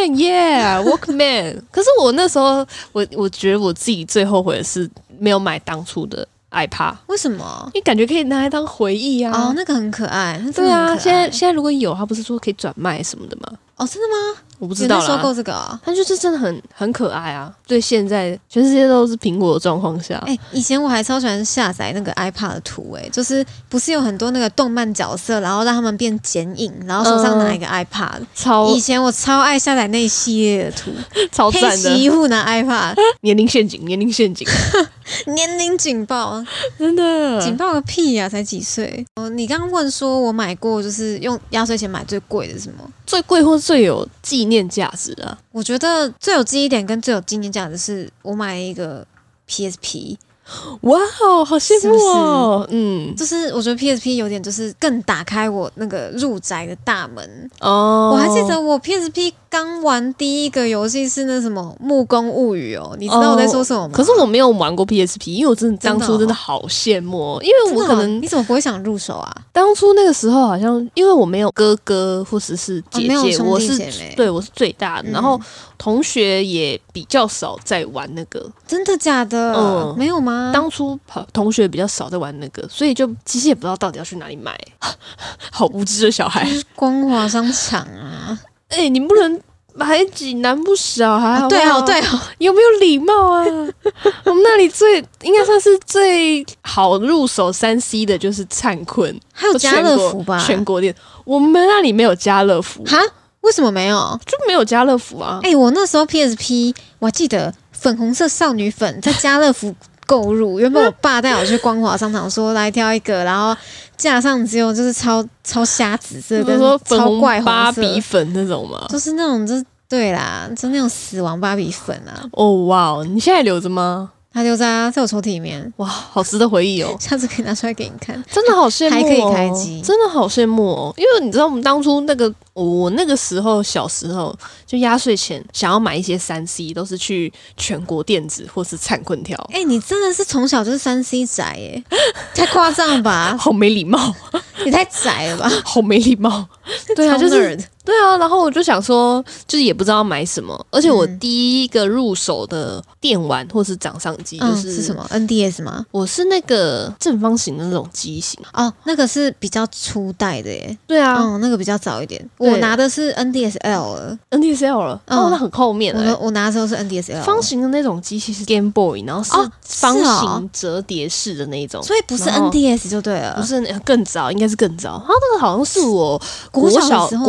Speaker 2: Walkman，Walkman。可是我那时候，我觉得我自己最后悔的是没有买当初的 iPad。
Speaker 1: 为什么？
Speaker 2: 因为感觉可以拿来当回忆啊。
Speaker 1: 哦，那个很可爱。
Speaker 2: 对啊，现在如果有，它不是说可以转卖什么的吗？
Speaker 1: 哦，真的吗？
Speaker 2: 我不知道啦。
Speaker 1: 收购这个啊，
Speaker 2: 它就是真的很可爱啊。对，现在全世界都是苹果的状况下，
Speaker 1: 以前我还超喜欢下载那个 iPad 的图，就是不是有很多那个动漫角色，然后让他们变剪影，然后手上拿一个 iPad。以前我超爱下载那一系列的图，
Speaker 2: 超赞的。
Speaker 1: 黑洗衣服拿 iPad，
Speaker 2: 年龄陷阱，年龄陷阱，
Speaker 1: 年龄警报，
Speaker 2: 真的
Speaker 1: 警报个屁呀！才几岁？你刚刚问说我买过就是用压岁钱买最贵的是什么？
Speaker 2: 最贵或最有纪念价值的？
Speaker 1: 我觉得最有记忆点跟最有纪念价值是我买了一个 PSP。
Speaker 2: 哇哦，好羡慕哦！
Speaker 1: 就是我觉得 PSP 有点就是更打开我那个入宅的大门哦。我还记得我 PSP 刚玩第一个游戏是那什么《木工物语》你知道我在说什么吗？
Speaker 2: 可是我没有玩过 PSP， 因为我真的当初真的好羡慕因为我可能
Speaker 1: 你怎么不会想入手啊？
Speaker 2: 当初那个时候好像因为我没有哥哥或者是姐姐，我是最大的，然后同学也比较少在玩那个。
Speaker 1: 真的假的？没有吗？
Speaker 2: 当初同学比较少在玩那个，所以就其实也不知道到底要去哪里买，好无知的小孩。
Speaker 1: 光华商场啊！
Speaker 2: 你不能排挤南部小孩好不好？
Speaker 1: 对哦，
Speaker 2: 有没有礼貌啊？我们那里应该算是最好入手3C 的，就是灿坤，
Speaker 1: 还有家乐福吧？
Speaker 2: 全国店，我们那里没有家乐福
Speaker 1: 哈？为什么没有？
Speaker 2: 就没有家乐福啊！
Speaker 1: 我那时候 PSP 我还记得粉红色少女粉在家乐福购入，原本我爸带我去光华商场说来挑一个，然后架上只有就是超虾紫色跟超怪红色
Speaker 2: 芭比粉那种吗？
Speaker 1: 就是那种对啦，就那种死亡芭比粉啊！
Speaker 2: 哦哇，你现在留着吗？
Speaker 1: 它留在我抽屉里面。
Speaker 2: 哇，好值得回忆哦！
Speaker 1: 下次可以拿出来给你看，
Speaker 2: 真的好羡慕还
Speaker 1: 可以开机，
Speaker 2: 真的好羡慕哦！因为你知道我们当初我那个时候小时候就压岁钱想要买一些3C，都是去全国电子或是灿坤挑。
Speaker 1: 你真的是从小就是3C 宅耶，太夸张吧？
Speaker 2: 好没礼貌，
Speaker 1: 也太宅了吧？
Speaker 2: 好没礼貌。对啊，就是对啊，然后我就想说，就是也不知道买什么，而且我第一个入手的电玩或是掌上机就是
Speaker 1: 什么 NDS 吗？
Speaker 2: 我是那个正方形的那种机型
Speaker 1: 那个是比较初代的耶。
Speaker 2: 对啊，
Speaker 1: 那个比较早一点。我拿的是 NDSL 了。
Speaker 2: NDSL 了，那很后面了。
Speaker 1: 我拿的时候是 NDSL，
Speaker 2: 方形的那种机器是 Game Boy， 然后是方形折叠式的那一种，
Speaker 1: 所以不是 NDS 就对了，
Speaker 2: 不是更早，应该是更早。然后那个好像是我国小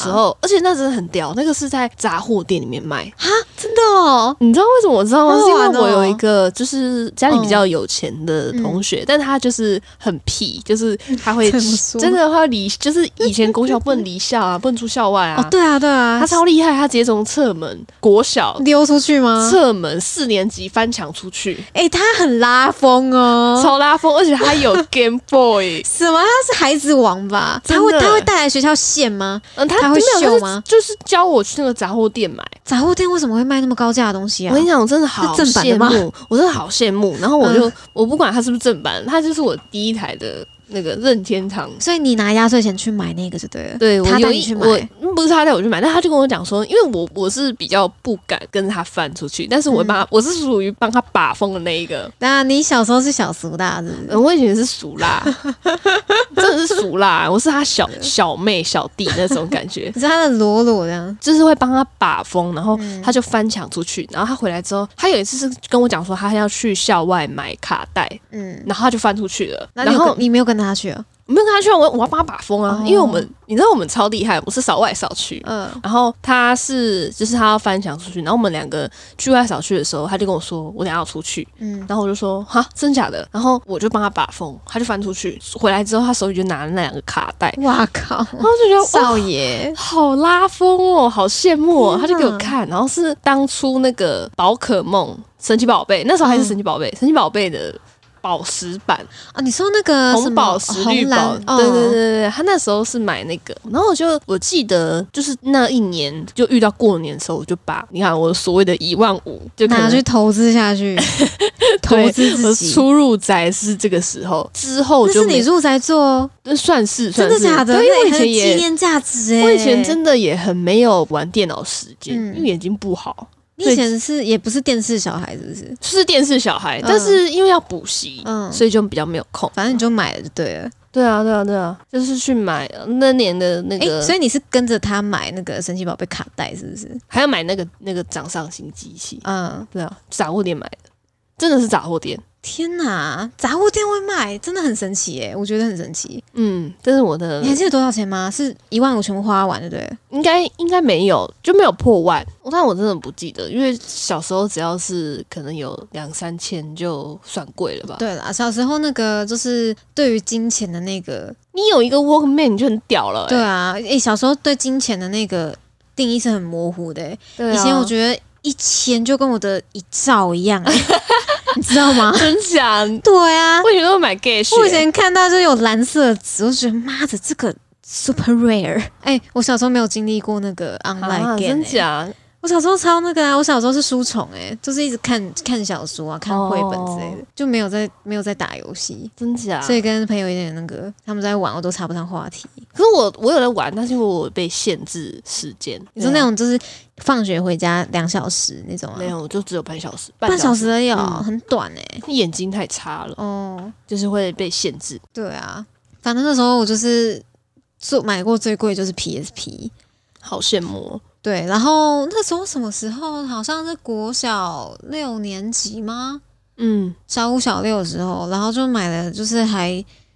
Speaker 2: 时候，而且那真的很屌，那个是在杂货店里面卖
Speaker 1: 啊，真的哦。
Speaker 2: 你知道为什么我知道吗？是因为我有一
Speaker 1: 个
Speaker 2: 个就是家里比较有钱的同学，但他就是很屁，就是他会真的会离，就是以前国小不能离校啊，不能出校外啊。
Speaker 1: 哦，对啊，对啊，
Speaker 2: 他超厉害，他直接从侧门国小
Speaker 1: 溜出去吗？
Speaker 2: 侧门4年级翻墙出去，
Speaker 1: 他很拉风哦，
Speaker 2: 超拉风，而且他有 Game Boy，
Speaker 1: 什么？他是孩子王吧？他会带来学校线吗？他会秀吗？
Speaker 2: 就是教我去那个杂货店买。
Speaker 1: 杂货店为什么会卖那么高价的东西啊？
Speaker 2: 我跟你讲，我真的好羡慕，我真的好羡慕。然后我不管他是不是正版，他就是我第一台的那个任天堂。
Speaker 1: 所以你拿压岁钱去买那个就对了。
Speaker 2: 对，
Speaker 1: 他带你去买，
Speaker 2: 不是他带我去买，但他就跟我讲说，因为我是比较不敢跟他翻出去，但是我是属于帮他把风的那一个。
Speaker 1: 那你小时候是小俗辣是不是？
Speaker 2: 我以前是俗辣，真的是俗辣，我是他小妹小弟那种感觉。
Speaker 1: 你是他的裸裸这样，
Speaker 2: 就是会帮他把风，然后他就翻墙出去，然后他回来之后，他有一次是跟我讲说他要去校外买卡带，然后他就翻出去了。
Speaker 1: 然后你没有跟他去啊？
Speaker 2: 我没有跟他去，我要帮他把风啊，因为你知道我们超厉害，我是扫外扫区，然后他就是他要翻墙出去，然后我们2个去外扫区的时候，他就跟我说我等一下要出去，然后我就说哈真假的，然后我就帮他把风，他就翻出去，回来之后他手里就拿了那2个卡带，
Speaker 1: 哇靠，然
Speaker 2: 后就觉得
Speaker 1: 少爷
Speaker 2: 好拉风哦，好羡慕哦，他就给我看，然后是当初那个宝可梦神奇宝贝，那时候还是神奇宝贝，神奇宝贝的宝石版
Speaker 1: 啊，你说那个
Speaker 2: 红宝石绿宝，对，他那时候是买那个，然后我记得就是那一年就遇到过年的时候，我就把你看我所谓的15000就
Speaker 1: 拿去投资下去，投资自己。
Speaker 2: 初入宅是这个时候，之后就
Speaker 1: 那是你入宅做哦，
Speaker 2: 那算是
Speaker 1: 真的假的？
Speaker 2: 对，因为我以前
Speaker 1: 纪念价值
Speaker 2: 我以前真的也很没有玩电脑时间，因为眼睛不好。
Speaker 1: 你以前也不是电视小孩，是不是？
Speaker 2: 是电视小孩，但是因为要补习，所以就比较没有空。
Speaker 1: 反正你就买了就对了。
Speaker 2: 对啊，就是去买那年的那个。
Speaker 1: 所以你是跟着他买那个神奇宝贝卡带，是不是？
Speaker 2: 还要买那个掌上型机器。对啊，杂货店买的，真的是杂货店。
Speaker 1: 天哪，杂货店会卖，真的很神奇耶！我觉得很神奇。
Speaker 2: 这是我的。
Speaker 1: 你还记得多少钱吗？是15000全部花完，对不对？
Speaker 2: 应该没有，就没有破万。但我真的不记得，因为小时候只要是可能有2-3千就算贵了吧。
Speaker 1: 对啦，小时候那个就是对于金钱的那个，
Speaker 2: 你有一个 Walkman 你就很屌了。
Speaker 1: 对啊，小时候对金钱的那个定义是很模糊的。
Speaker 2: 对啊，
Speaker 1: 以前我觉得1000就跟我的1兆一样。你知道吗？
Speaker 2: 真假？
Speaker 1: 对啊，
Speaker 2: 我以前都买 Gage。
Speaker 1: 我以前看到就有蓝色的纸，我就觉得妈的，这个 super rare。我小时候没有经历过那个 online game，
Speaker 2: 真假？
Speaker 1: 我小时候超那个啊！我小时候是书虫就是一直看小说啊，看绘本之类的，就没有在打游戏，
Speaker 2: 真假？
Speaker 1: 所以跟朋友有点那个，他们在玩，我都插不上话题。
Speaker 2: 可是我有在玩，但是因为我被限制时间。
Speaker 1: 你说那种就是放学回家2小时那种啊？
Speaker 2: 没有，我就只有半小时
Speaker 1: 而已很短
Speaker 2: 你眼睛太差了就是会被限制。
Speaker 1: 对啊，反正那时候我就是买过最贵就是 PSP，
Speaker 2: 好羡慕。
Speaker 1: 对，然后那时候什么时候？好像是国小6年级吗？小5小6的时候，然后就买了，就是还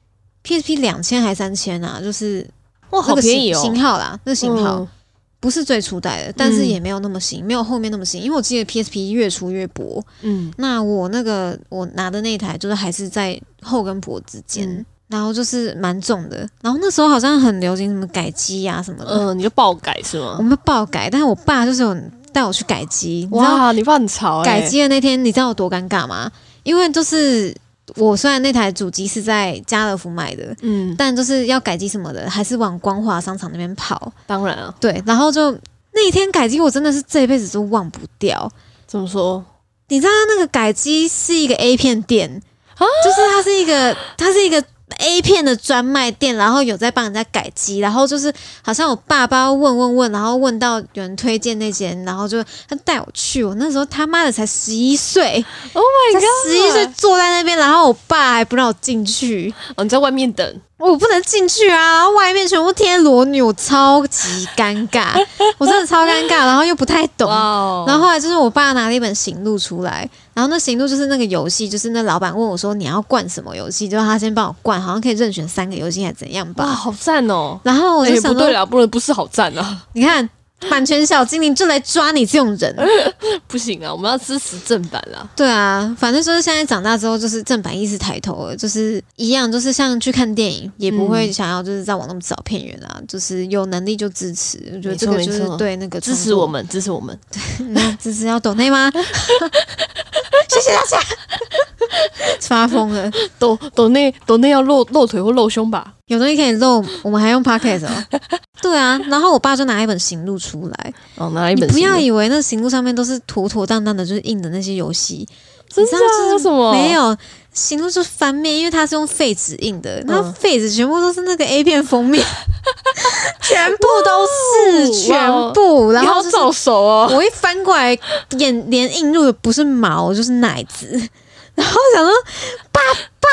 Speaker 1: PSP 2000还3000啊，就是
Speaker 2: 哇，好便宜
Speaker 1: 型号啦，那型号不是最初代的，但是也没有那么新，没有后面那么新，因为我记得 PSP 越出越薄。那我拿的那一台就是还是在厚跟薄之间。然后就是蛮重的，然后那时候好像很流行什么改机啊什么的，
Speaker 2: 你就爆改是吗？
Speaker 1: 我们爆改，但是我爸就是有带我去改机。
Speaker 2: 哇，你爸很潮
Speaker 1: 改机的那天，你知道有多尴尬吗？因为就是我虽然那台主机是在家乐福买的，但就是要改机什么的，还是往光华商场那边跑。
Speaker 2: 当然啊，
Speaker 1: 对，然后就那一天改机，我真的是这一辈子都忘不掉。
Speaker 2: 怎么说？
Speaker 1: 你知道那个改机是一个 A 片店就是它是一个。A 片的专卖店，然后有在帮人家改机，然后就是好像我爸爸问，然后问到有人推荐那间，然后就他带我去。我那时候他妈的才11岁
Speaker 2: ，Oh my god，
Speaker 1: 11岁坐在那边，然后我爸还不让我进去。
Speaker 2: 你在外面等？
Speaker 1: 我不能进去啊，然后外面全部贴裸女，我超级尴尬，我真的超尴尬，然后又不太懂。然后后来就是我爸拿了一本行路出来，然后那行路就是那个游戏，就是那老板问我说你要灌什么游戏，就他先帮我灌，好像可以任选3个游戏还怎样吧。
Speaker 2: 哇，好赞哦！
Speaker 1: 然后我就想说，
Speaker 2: 不对了，不是好赞啊！
Speaker 1: 你看。版权小精灵就来抓你这种人，
Speaker 2: 不行啊！我们要支持正版啦。
Speaker 1: 对啊，反正就是现在长大之后，就是正版意识抬头了，就是一样，就是像去看电影，也不会想要就是再往那么早片源啦，就是有能力就支持。我觉得这个就是对那个
Speaker 2: 支持我们，支持我们。
Speaker 1: 对，那支持要抖内吗？谢谢大家。发疯了，
Speaker 2: 抖内要露腿或露胸吧？
Speaker 1: 有东西可以露，我们还用 podcast 哦。对啊，然后我爸就拿一本行路出来，
Speaker 2: 拿一本。
Speaker 1: 你不要以为那行路上面都是妥妥当当的，就是印的那些游戏。
Speaker 2: 真的是什么？
Speaker 1: 没有，行路就是翻面，因为它是用废纸印的，那废纸全部都是那个 A 片封面，全部都是，全部。然后、
Speaker 2: 你好早熟哦！
Speaker 1: 我一翻过来，连印入的不是毛就是奶子，然后想说爸爸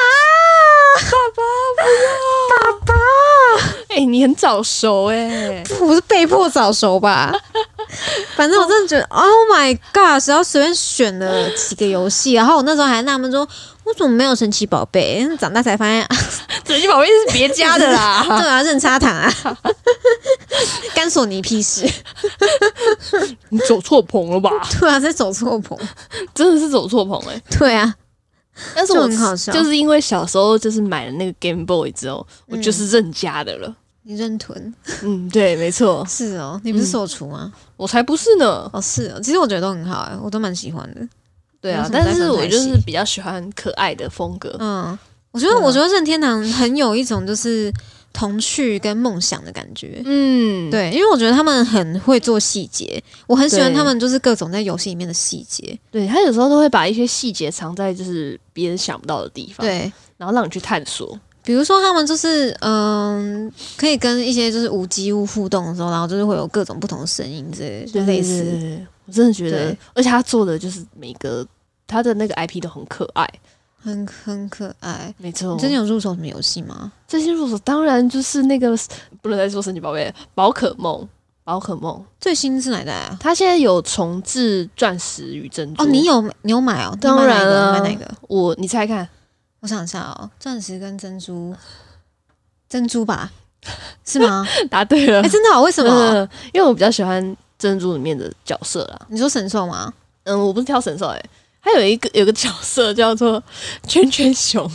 Speaker 1: 不要，爸爸。
Speaker 2: 你很早熟
Speaker 1: 我是被迫早熟吧？反正我真的觉得 ，Oh my God！ 然后随便选了几个游戏，然后我那时候还纳闷说，为什么没有神奇宝贝？长大才发现，
Speaker 2: 神奇宝贝是别家的啦。
Speaker 1: 对啊，任插糖啊，干索尼屁事。
Speaker 2: 你走错棚了吧？
Speaker 1: 对啊，在走错棚，
Speaker 2: 真的是走错棚
Speaker 1: 对啊。
Speaker 2: 但是我
Speaker 1: 很好笑，
Speaker 2: 就是因为小时候就是买了那个 Game Boy 之后，我就是任家的了。
Speaker 1: 你认屯？
Speaker 2: 对，没错。
Speaker 1: 是哦，你不是手厨吗？
Speaker 2: 我才不是呢。
Speaker 1: 哦，是哦，其实我觉得都很好我都蛮喜欢的。
Speaker 2: 对啊，但是我就是比较喜欢可爱的风格。
Speaker 1: 我觉得任天堂很有一种就是童趣跟梦想的感觉。对，因为我觉得他们很会做细节，我很喜欢他们就是各种在游戏里面的细节。
Speaker 2: 对，他有时候都会把一些细节藏在就是别人想不到的地方，
Speaker 1: 对，
Speaker 2: 然后让你去探索。
Speaker 1: 比如说他们就是可以跟一些就是无机物互动的时候，然后就是会有各种不同的声音之类的，就类似。
Speaker 2: 对，我真的觉得，而且他做的就是每个他的那个 IP 都很可爱。
Speaker 1: 很可爱，
Speaker 2: 没错。
Speaker 1: 你最近有入手什么游戏吗？
Speaker 2: 最近入手当然就是那个不能再说神奇宝贝，宝可梦
Speaker 1: 最新是哪代啊？
Speaker 2: 它现在有重置钻石与珍珠。
Speaker 1: 哦，你有买哦？
Speaker 2: 当然了，
Speaker 1: 买哪个？
Speaker 2: 你猜看，
Speaker 1: 我想一下哦，钻石跟珍珠吧，是吗？
Speaker 2: 答对了，
Speaker 1: 真的好？为什么？
Speaker 2: 因为我比较喜欢珍珠里面的角色啦。
Speaker 1: 你说神兽吗？
Speaker 2: 我不是挑神兽它有个角色叫做圈圈熊。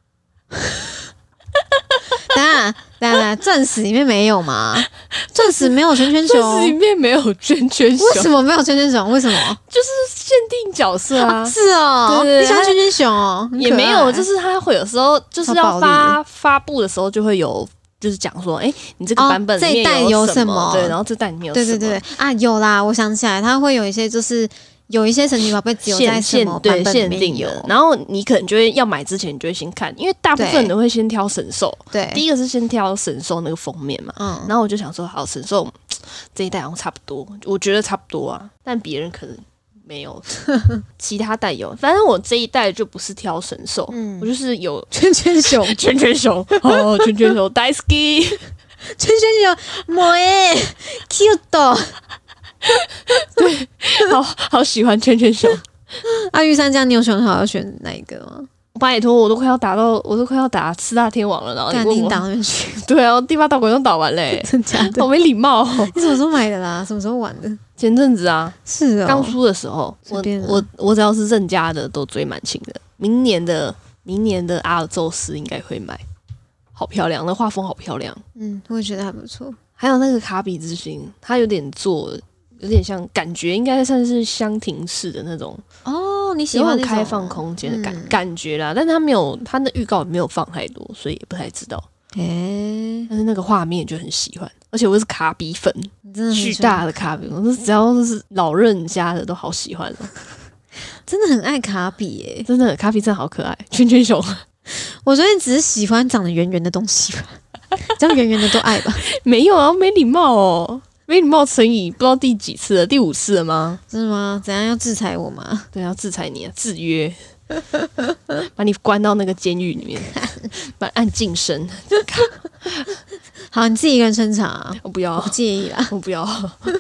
Speaker 1: 等下，钻石里面没有吗？钻石没有圈圈熊，
Speaker 2: 钻石里面没有圈圈熊。
Speaker 1: 为什么没有圈圈熊？为什么？
Speaker 2: 就是限定角色啊。
Speaker 1: 是哦，你喜欢圈圈熊哦？
Speaker 2: 也没有，就是它会有时候就是要发布的时候就会有。就是讲说，你这个版本里面
Speaker 1: 这一代有什么？
Speaker 2: 对，然后这代里面有什么？
Speaker 1: 对啊，有啦，我想起来，它会有一些就是有一些神奇宝贝只有在什么版本里面有，
Speaker 2: 然后你可能就会要买之前，你就会先看，因为大部分人会先挑神兽。
Speaker 1: 对，
Speaker 2: 第一个是先挑神兽那个封面嘛，然后我就想说，好，神兽这一代好像差不多，我觉得差不多啊，但别人可能。没有，其他代有，反正我这一代就不是挑神兽，我就是有
Speaker 1: 圈圈熊，
Speaker 2: 圈圈熊，圈圈熊，大好き，
Speaker 1: 圈圈熊，萌cute，
Speaker 2: 对，好喜欢圈圈熊。
Speaker 1: 玉山家，你有选好要选哪一个吗？
Speaker 2: 拜托，我都快要打四大天王了，然后你问我
Speaker 1: 打那边去？
Speaker 2: 对啊，第8道馆都打完嘞，
Speaker 1: 真假的？
Speaker 2: 好没礼貌。
Speaker 1: 你什么时候买的啦？什么时候玩的？
Speaker 2: 前阵子啊，
Speaker 1: 是啊，
Speaker 2: 刚出的时候，我只要是任家的都追满清的。明年的阿尔宙斯应该会买，好漂亮，那画风好漂亮。
Speaker 1: 我也觉得还不错。
Speaker 2: 还有那个卡比之心，它有点像，感觉应该算是箱庭式的那种
Speaker 1: 哦，你喜欢那种
Speaker 2: 开放空间的感觉啦，但是它的预告没有放太多，所以也不太知道。但是那个画面就很喜欢，而且我是卡比粉，巨大的卡比，我只要是老任家的都好喜欢哦。
Speaker 1: 真的很爱卡比
Speaker 2: 真的卡比真的好可爱，圈圈熊。
Speaker 1: 我觉得你只是喜欢长得圆圆的东西吧，这样圆圆的都爱吧？
Speaker 2: 没有啊，没礼貌哦。没礼貌乘以不知道第几次了，第5次了吗？
Speaker 1: 真的吗？怎样要制裁我吗？
Speaker 2: 对，要制裁你啊，制约。 把你关到那个监狱里面，把你按净身。
Speaker 1: 好，你自己一个人撑场啊，
Speaker 2: 我不要，
Speaker 1: 我不介意啦，
Speaker 2: 我不要。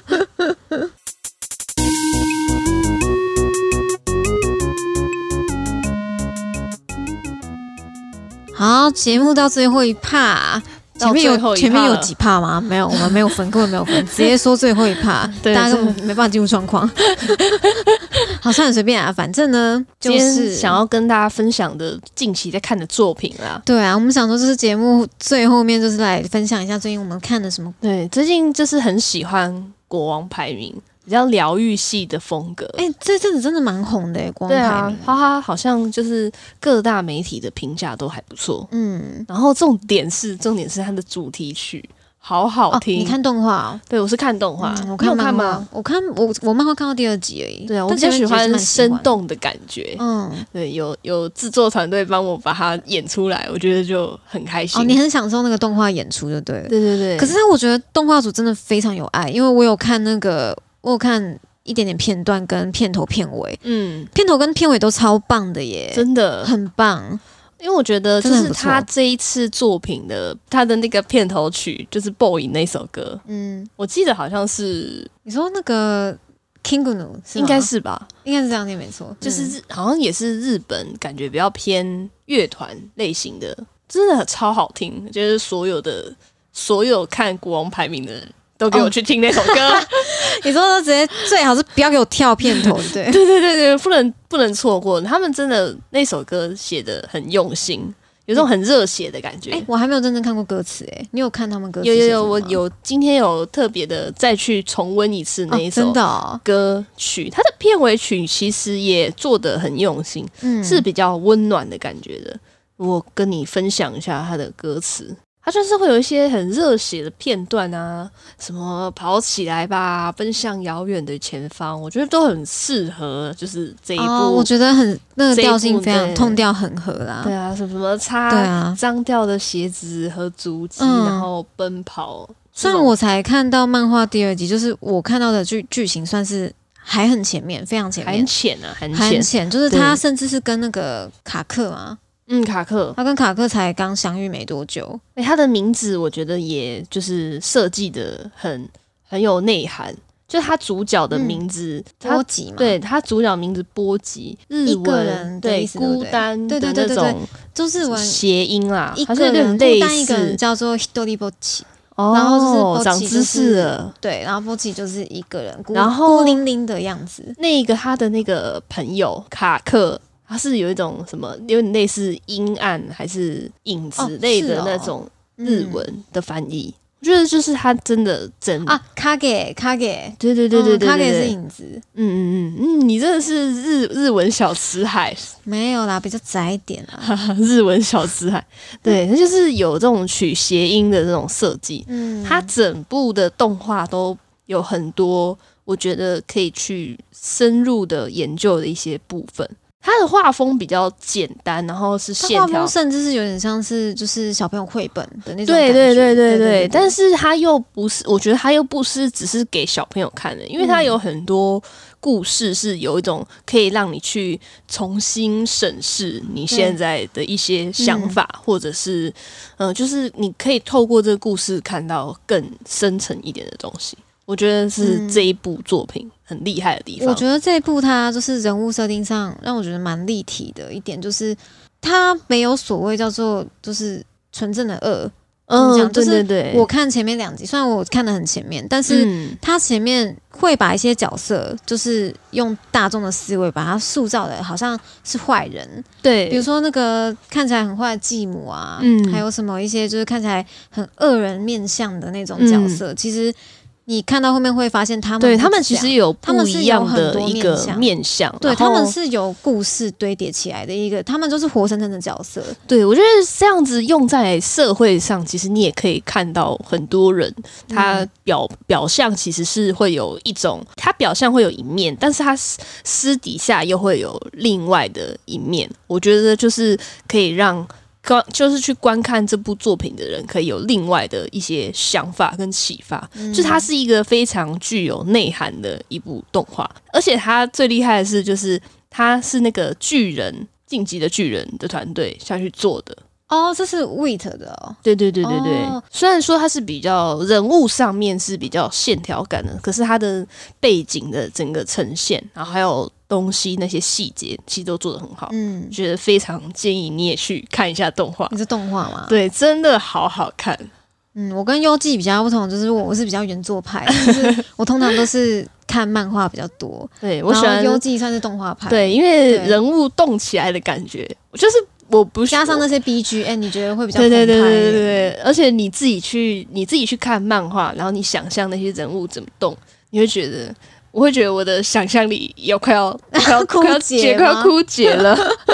Speaker 1: 好，节目到最后一趴，前面有几趴吗？没有，我们没有分，根本没有分，直接说最后一趴，大家根本没办法进入状况。好像很随便啊，反正呢，就是
Speaker 2: 想要跟大家分享的近期在看的作品啦。
Speaker 1: 对啊，我们想说，就是节目最后面就是来分享一下最近我们看的什么。
Speaker 2: 对，最近就是很喜欢国王排名。比较疗愈系的风格，
Speaker 1: 这阵子真的蛮红的国王排名。
Speaker 2: 对啊，花花好像就是各大媒体的评价都还不错。然后重点是它的主题曲好好听。
Speaker 1: 你看动画哦？
Speaker 2: 对，我是看动画。
Speaker 1: 我看
Speaker 2: 漫画，
Speaker 1: 我漫画看到第2集而已。
Speaker 2: 对啊，我比较喜欢生动的感觉。对，有制作团队帮我把它演出来，我觉得就很开心。
Speaker 1: 你很享受那个动画演出，就对了。
Speaker 2: 对对对。
Speaker 1: 可是我觉得动画组真的非常有爱，因为我有看一点点片段跟片头片尾，片头跟片尾都超棒的耶，
Speaker 2: 真的
Speaker 1: 很棒。
Speaker 2: 因为我觉得就是他这一次作品的他的那个片头曲就是《Boy》那首歌，我记得好像是
Speaker 1: 你说那个 Kingnu
Speaker 2: 应该是吧？
Speaker 1: 应该是这样念没错，
Speaker 2: 就是好像也是日本感觉比较偏乐团类型的，真的超好听。就是所有看国王排名的人都给我去听那首歌。
Speaker 1: 你说直接最好是不要给我跳片头，对
Speaker 2: 对对对对，不能错过。他们真的那首歌写得很用心，有种很热血的感觉。
Speaker 1: 我还没有真正看过歌词，你有看他们歌词？
Speaker 2: 有，我今天有特别的再去重温一次那一首歌曲。它的片尾曲其实也做得很用心，是比较温暖的感觉的。我跟你分享一下它的歌词。它就是会有一些很热血的片段啊，什么跑起来吧，奔向遥远的前方，我觉得都很适合，就是这一部。
Speaker 1: 我觉得那个调性非常痛调很合啦。
Speaker 2: 对啊，什么擦脏掉的鞋子和足迹，然后奔跑。
Speaker 1: 虽然我才看到漫画第2集，就是我看到的剧情算是还很前面，非常前面，
Speaker 2: 很浅啊，
Speaker 1: 很浅，就是他甚至是跟那个卡克嘛。
Speaker 2: 卡克，
Speaker 1: 他跟卡克才刚相遇没多久。
Speaker 2: 他的名字我觉得也就是设计的很有内涵，就他主角的名字
Speaker 1: 波吉嘛，
Speaker 2: 对，他主角名字波吉，日文对孤单的那种，
Speaker 1: 就是
Speaker 2: 谐音啦，
Speaker 1: 一个人孤单，一个人叫做 Hitori Bochi。然后就是波
Speaker 2: 长知识了，
Speaker 1: 对，然后波奇就是一个人
Speaker 2: 然后
Speaker 1: 孤零零的样子。
Speaker 2: 那个他的那个朋友卡克。它是有一种什么，有点类似阴暗还是影子类的那种日文的翻译。我觉得就是它真的
Speaker 1: 卡给，
Speaker 2: 对对对对对，
Speaker 1: 卡给是影子。
Speaker 2: 你真的是日文小词海。
Speaker 1: 没有啦，比较窄一点啦。
Speaker 2: 日文小词海，对，它就是有这种取谐音的这种设计。它整部的动画都有很多，我觉得可以去深入的研究的一些部分。它的画风比较简单，然后是线条，
Speaker 1: 画风甚至是有点像是就是小朋友绘本的那种
Speaker 2: 感觉。对，但是它又不是，我觉得它又不是只是给小朋友看的，因为它有很多故事是有一种可以让你去重新审视你现在的一些想法，或者是就是你可以透过这个故事看到更深层一点的东西。我觉得是这一部作品很厉害的地方。
Speaker 1: 我觉得这一部它就是人物设定上让我觉得蛮立体的一点，就是它没有所谓叫做就是纯正的恶。对，我看前面2集，虽然我看得很前面，但是它前面会把一些角色就是用大众的思维把它塑造的好像是坏人。
Speaker 2: 对，
Speaker 1: 比如说那个看起来很坏的继母啊，还有什么一些就是看起来很恶人面相的那种角色，其实。你看到后面会发现他们
Speaker 2: 其实有不一样的一个面向，
Speaker 1: 对，他们是有故事堆叠起来的一个，他们就是活生生的角色。
Speaker 2: 对，我觉得这样子用在社会上，其实你也可以看到很多人，他表象其实是会有一种，他表象会有一面，但是他私底下又会有另外的一面。我觉得就是可以让。就是去观看这部作品的人可以有另外的一些想法跟启发，就它是一个非常具有内涵的一部动画，而且它最厉害的是就是它是那个巨人晋级的巨人的团队下去做的。
Speaker 1: 哦，这是 WIT 的哦。
Speaker 2: 对，虽然说它是比较人物上面是比较线条感的，可是它的背景的整个呈现，然后还有东西那些细节，其实都做得很好。觉得非常建议你也去看一下动画。
Speaker 1: 你是动画吗？
Speaker 2: 对，真的好好看。
Speaker 1: 我跟优纪比较不同，就是我是比较原作派，就是我通常都是看漫画比较多。
Speaker 2: 对，我喜欢
Speaker 1: 优纪算是动画派。
Speaker 2: 对，因为人物动起来的感觉，就是我不
Speaker 1: 加上那些 BGM，你觉得会比较澎湃。
Speaker 2: 对，而且你自己去看漫画，然后你想象那些人物怎么动，我会觉得我的想象力快要枯竭了。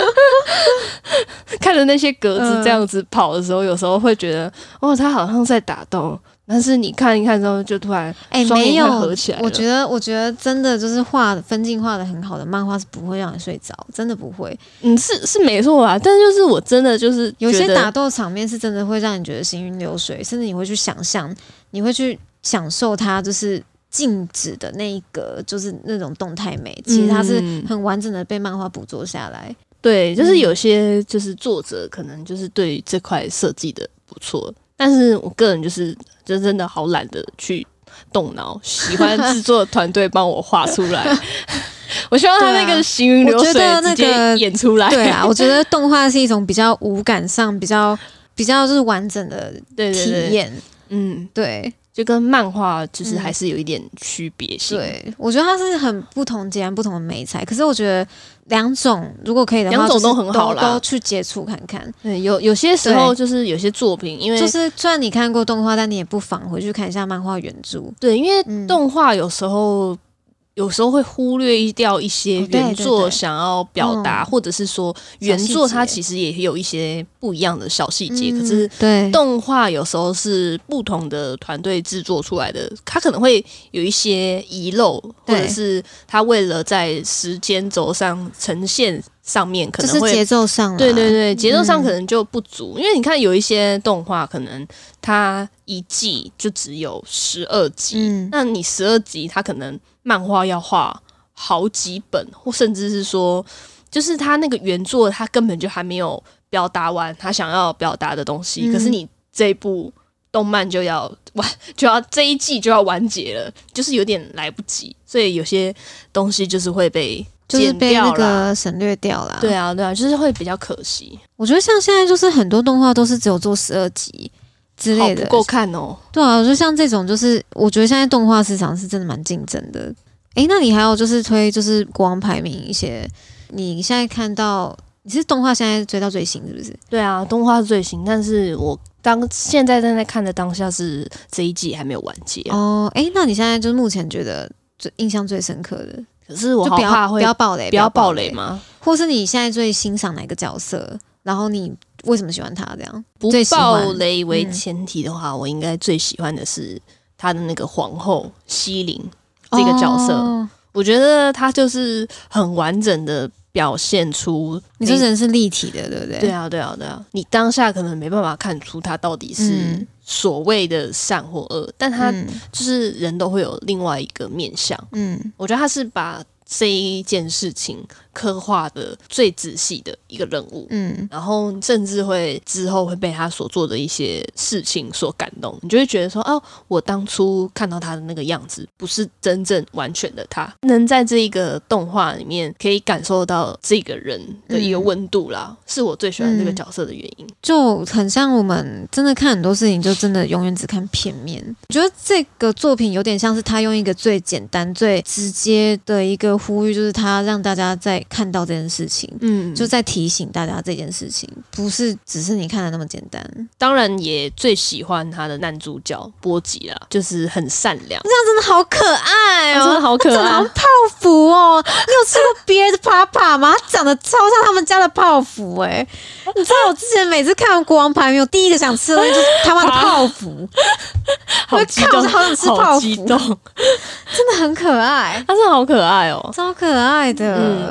Speaker 2: 看着那些格子这样子跑的时候，有时候会觉得他好像在打斗，但是你看一看之后，就突然双眼合起来了。
Speaker 1: 我觉得真的就是分镜画的很好的漫画是不会让你睡着，真的不会。
Speaker 2: 是没错啊，但是就是我真的就是
Speaker 1: 有些打斗场面是真的会让你觉得行云流水，甚至你会去想象，你会去享受它，就是静止的那一格，就是那种动态美，其实它是很完整的被漫画捕捉下来。
Speaker 2: 对，就是有些就是作者可能就是对这块设计的不错，但是我个人就真的好懒得去动脑，喜欢制作团队帮我画出来。我希望他那个行云流水直接演出来。
Speaker 1: 对啊，我觉得动画是一种比较五感上比较就是完整的体验。对。
Speaker 2: 就跟漫画就是还是有一点区别性。
Speaker 1: 对，我觉得它是很不同截然不同的媒材，可是我觉得两种如果可以的话，
Speaker 2: 两种都很好啦，
Speaker 1: 都去接触看看。
Speaker 2: 对，有些时候就是有些作品，因为
Speaker 1: 就是虽然你看过动画，但你也不妨回去看一下漫画原著。
Speaker 2: 对，因为动画有时候会忽略掉一些原作想要表达，或者是说原作它其实也有一些不一样的小细节，可是动画有时候是不同的团队制作出来的，它可能会有一些遗漏，或者是它为了在时间轴上呈现上面可能会
Speaker 1: 就是节奏上啦，
Speaker 2: 对，节奏上可能就不足，因为你看有一些动画可能它一季就只有12集，那你12集它可能漫画要画好几本，或甚至是说就是他那个原作他根本就还没有表达完他想要表达的东西，可是你这一部动漫就要这一季就要完结了，就是有点来不及，所以有些东西就是会被剪掉啦，
Speaker 1: 那个省略掉啦。
Speaker 2: 对啊，就是会比较可惜。我
Speaker 1: 觉得像现在就是很多动画都是只有做12集之类的，
Speaker 2: 好不够看哦。
Speaker 1: 对啊，我觉得像这种就是我觉得现在动画市场是真的蛮竞争的。那你还有就是推就是国王排名一些，你现在看到你是动画现在追到最新是不是？
Speaker 2: 对啊，动画是最新，但是我现在正在看的当下是这一季还没有完结
Speaker 1: 哦。那你现在就是目前觉得最印象最深刻的？
Speaker 2: 可是我好怕会
Speaker 1: 不要爆雷，
Speaker 2: 不要爆雷吗？
Speaker 1: 或是你现在最欣赏哪个角色？然后你为什么喜欢他？这样
Speaker 2: 不爆雷为前提的话，我应该最喜欢的是他的那个皇后西林这个角色。我觉得他就是很完整的表现出
Speaker 1: 你这人是立体的，对不对？
Speaker 2: 对啊，你当下可能没办法看出他到底是所谓的善或恶，但他就是人都会有另外一个面向。我觉得他是把这一件事情刻画的最仔细的一个人物，然后甚至会之后会被他所做的一些事情所感动，你就会觉得说，我当初看到他的那个样子不是真正完全的他，能在这一个动画里面可以感受到这个人的一个温度啦，是我最喜欢这个角色的原因。
Speaker 1: 就很像我们真的看很多事情就真的永远只看片面，我觉得这个作品有点像是他用一个最简单最直接的一个呼吁，就是他让大家在看到这件事情，就在提醒大家这件事情不是只是你看的那么简单。
Speaker 2: 当然也最喜欢他的男主角波吉啦，就是很善良，
Speaker 1: 这样真的好可爱哦，
Speaker 2: 真的好可爱，
Speaker 1: 好泡芙哦。你有吃过别的帕帕吗？它长得超像他们家的泡芙你知道我之前每次看完国王排名，我第一个想吃的东西就是他妈的泡芙，
Speaker 2: 好激动，
Speaker 1: 好想吃泡芙，
Speaker 2: 真
Speaker 1: 的很可爱，
Speaker 2: 他真的好可爱哦，
Speaker 1: 超可爱的。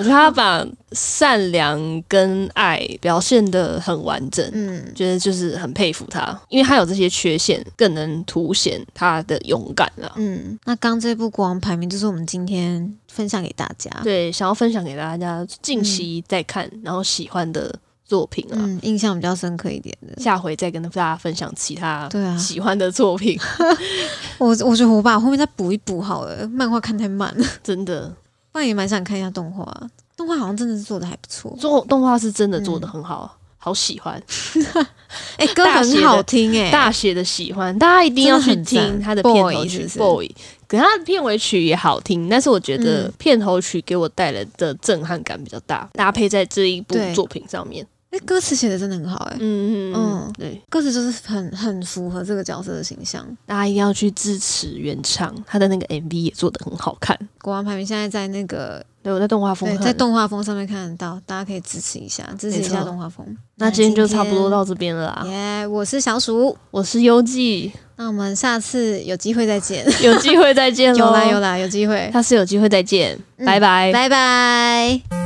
Speaker 2: 我觉得他把善良跟爱表现得很完整，觉得就是很佩服他，因为他有这些缺陷，更能凸显他的勇敢啦。
Speaker 1: 那刚这部国王排名就是我们今天分享给大家，
Speaker 2: 对，想要分享给大家近期再看，然后喜欢的作品啊，
Speaker 1: 印象比较深刻一点的，
Speaker 2: 下回再跟大家分享其他喜欢的作品。
Speaker 1: 我觉得我把后面再补一补好了，漫画看太慢了，
Speaker 2: 真的。
Speaker 1: 不然也蛮想看一下动画，动画好像真的是做的还不错，
Speaker 2: 动画是真的做的很好，好喜欢。
Speaker 1: 歌很好听
Speaker 2: 大写的喜欢，大家一定要去听他的片头曲 Boy， 可是他的片尾曲也好听，但是我觉得片头曲给我带来的震撼感比较大，搭配在这一部作品上面。
Speaker 1: 歌词写的真的很好对，歌词就是很符合这个角色的形象，
Speaker 2: 大家一定要去支持原唱，他的那个 MV 也做得很好看。
Speaker 1: 国王排名现在在那个，
Speaker 2: 对，我在动画风，
Speaker 1: 在动画风上面看得到，大家可以支持一下动画风。
Speaker 2: 那今天就差不多到这边了啦。
Speaker 1: 我是小鼠，
Speaker 2: 我是优纪，
Speaker 1: 那我们下次有机会再见，
Speaker 2: 有机会再见咯。
Speaker 1: 有啦，有机会，
Speaker 2: 下次有机会再见，拜拜，
Speaker 1: 拜拜。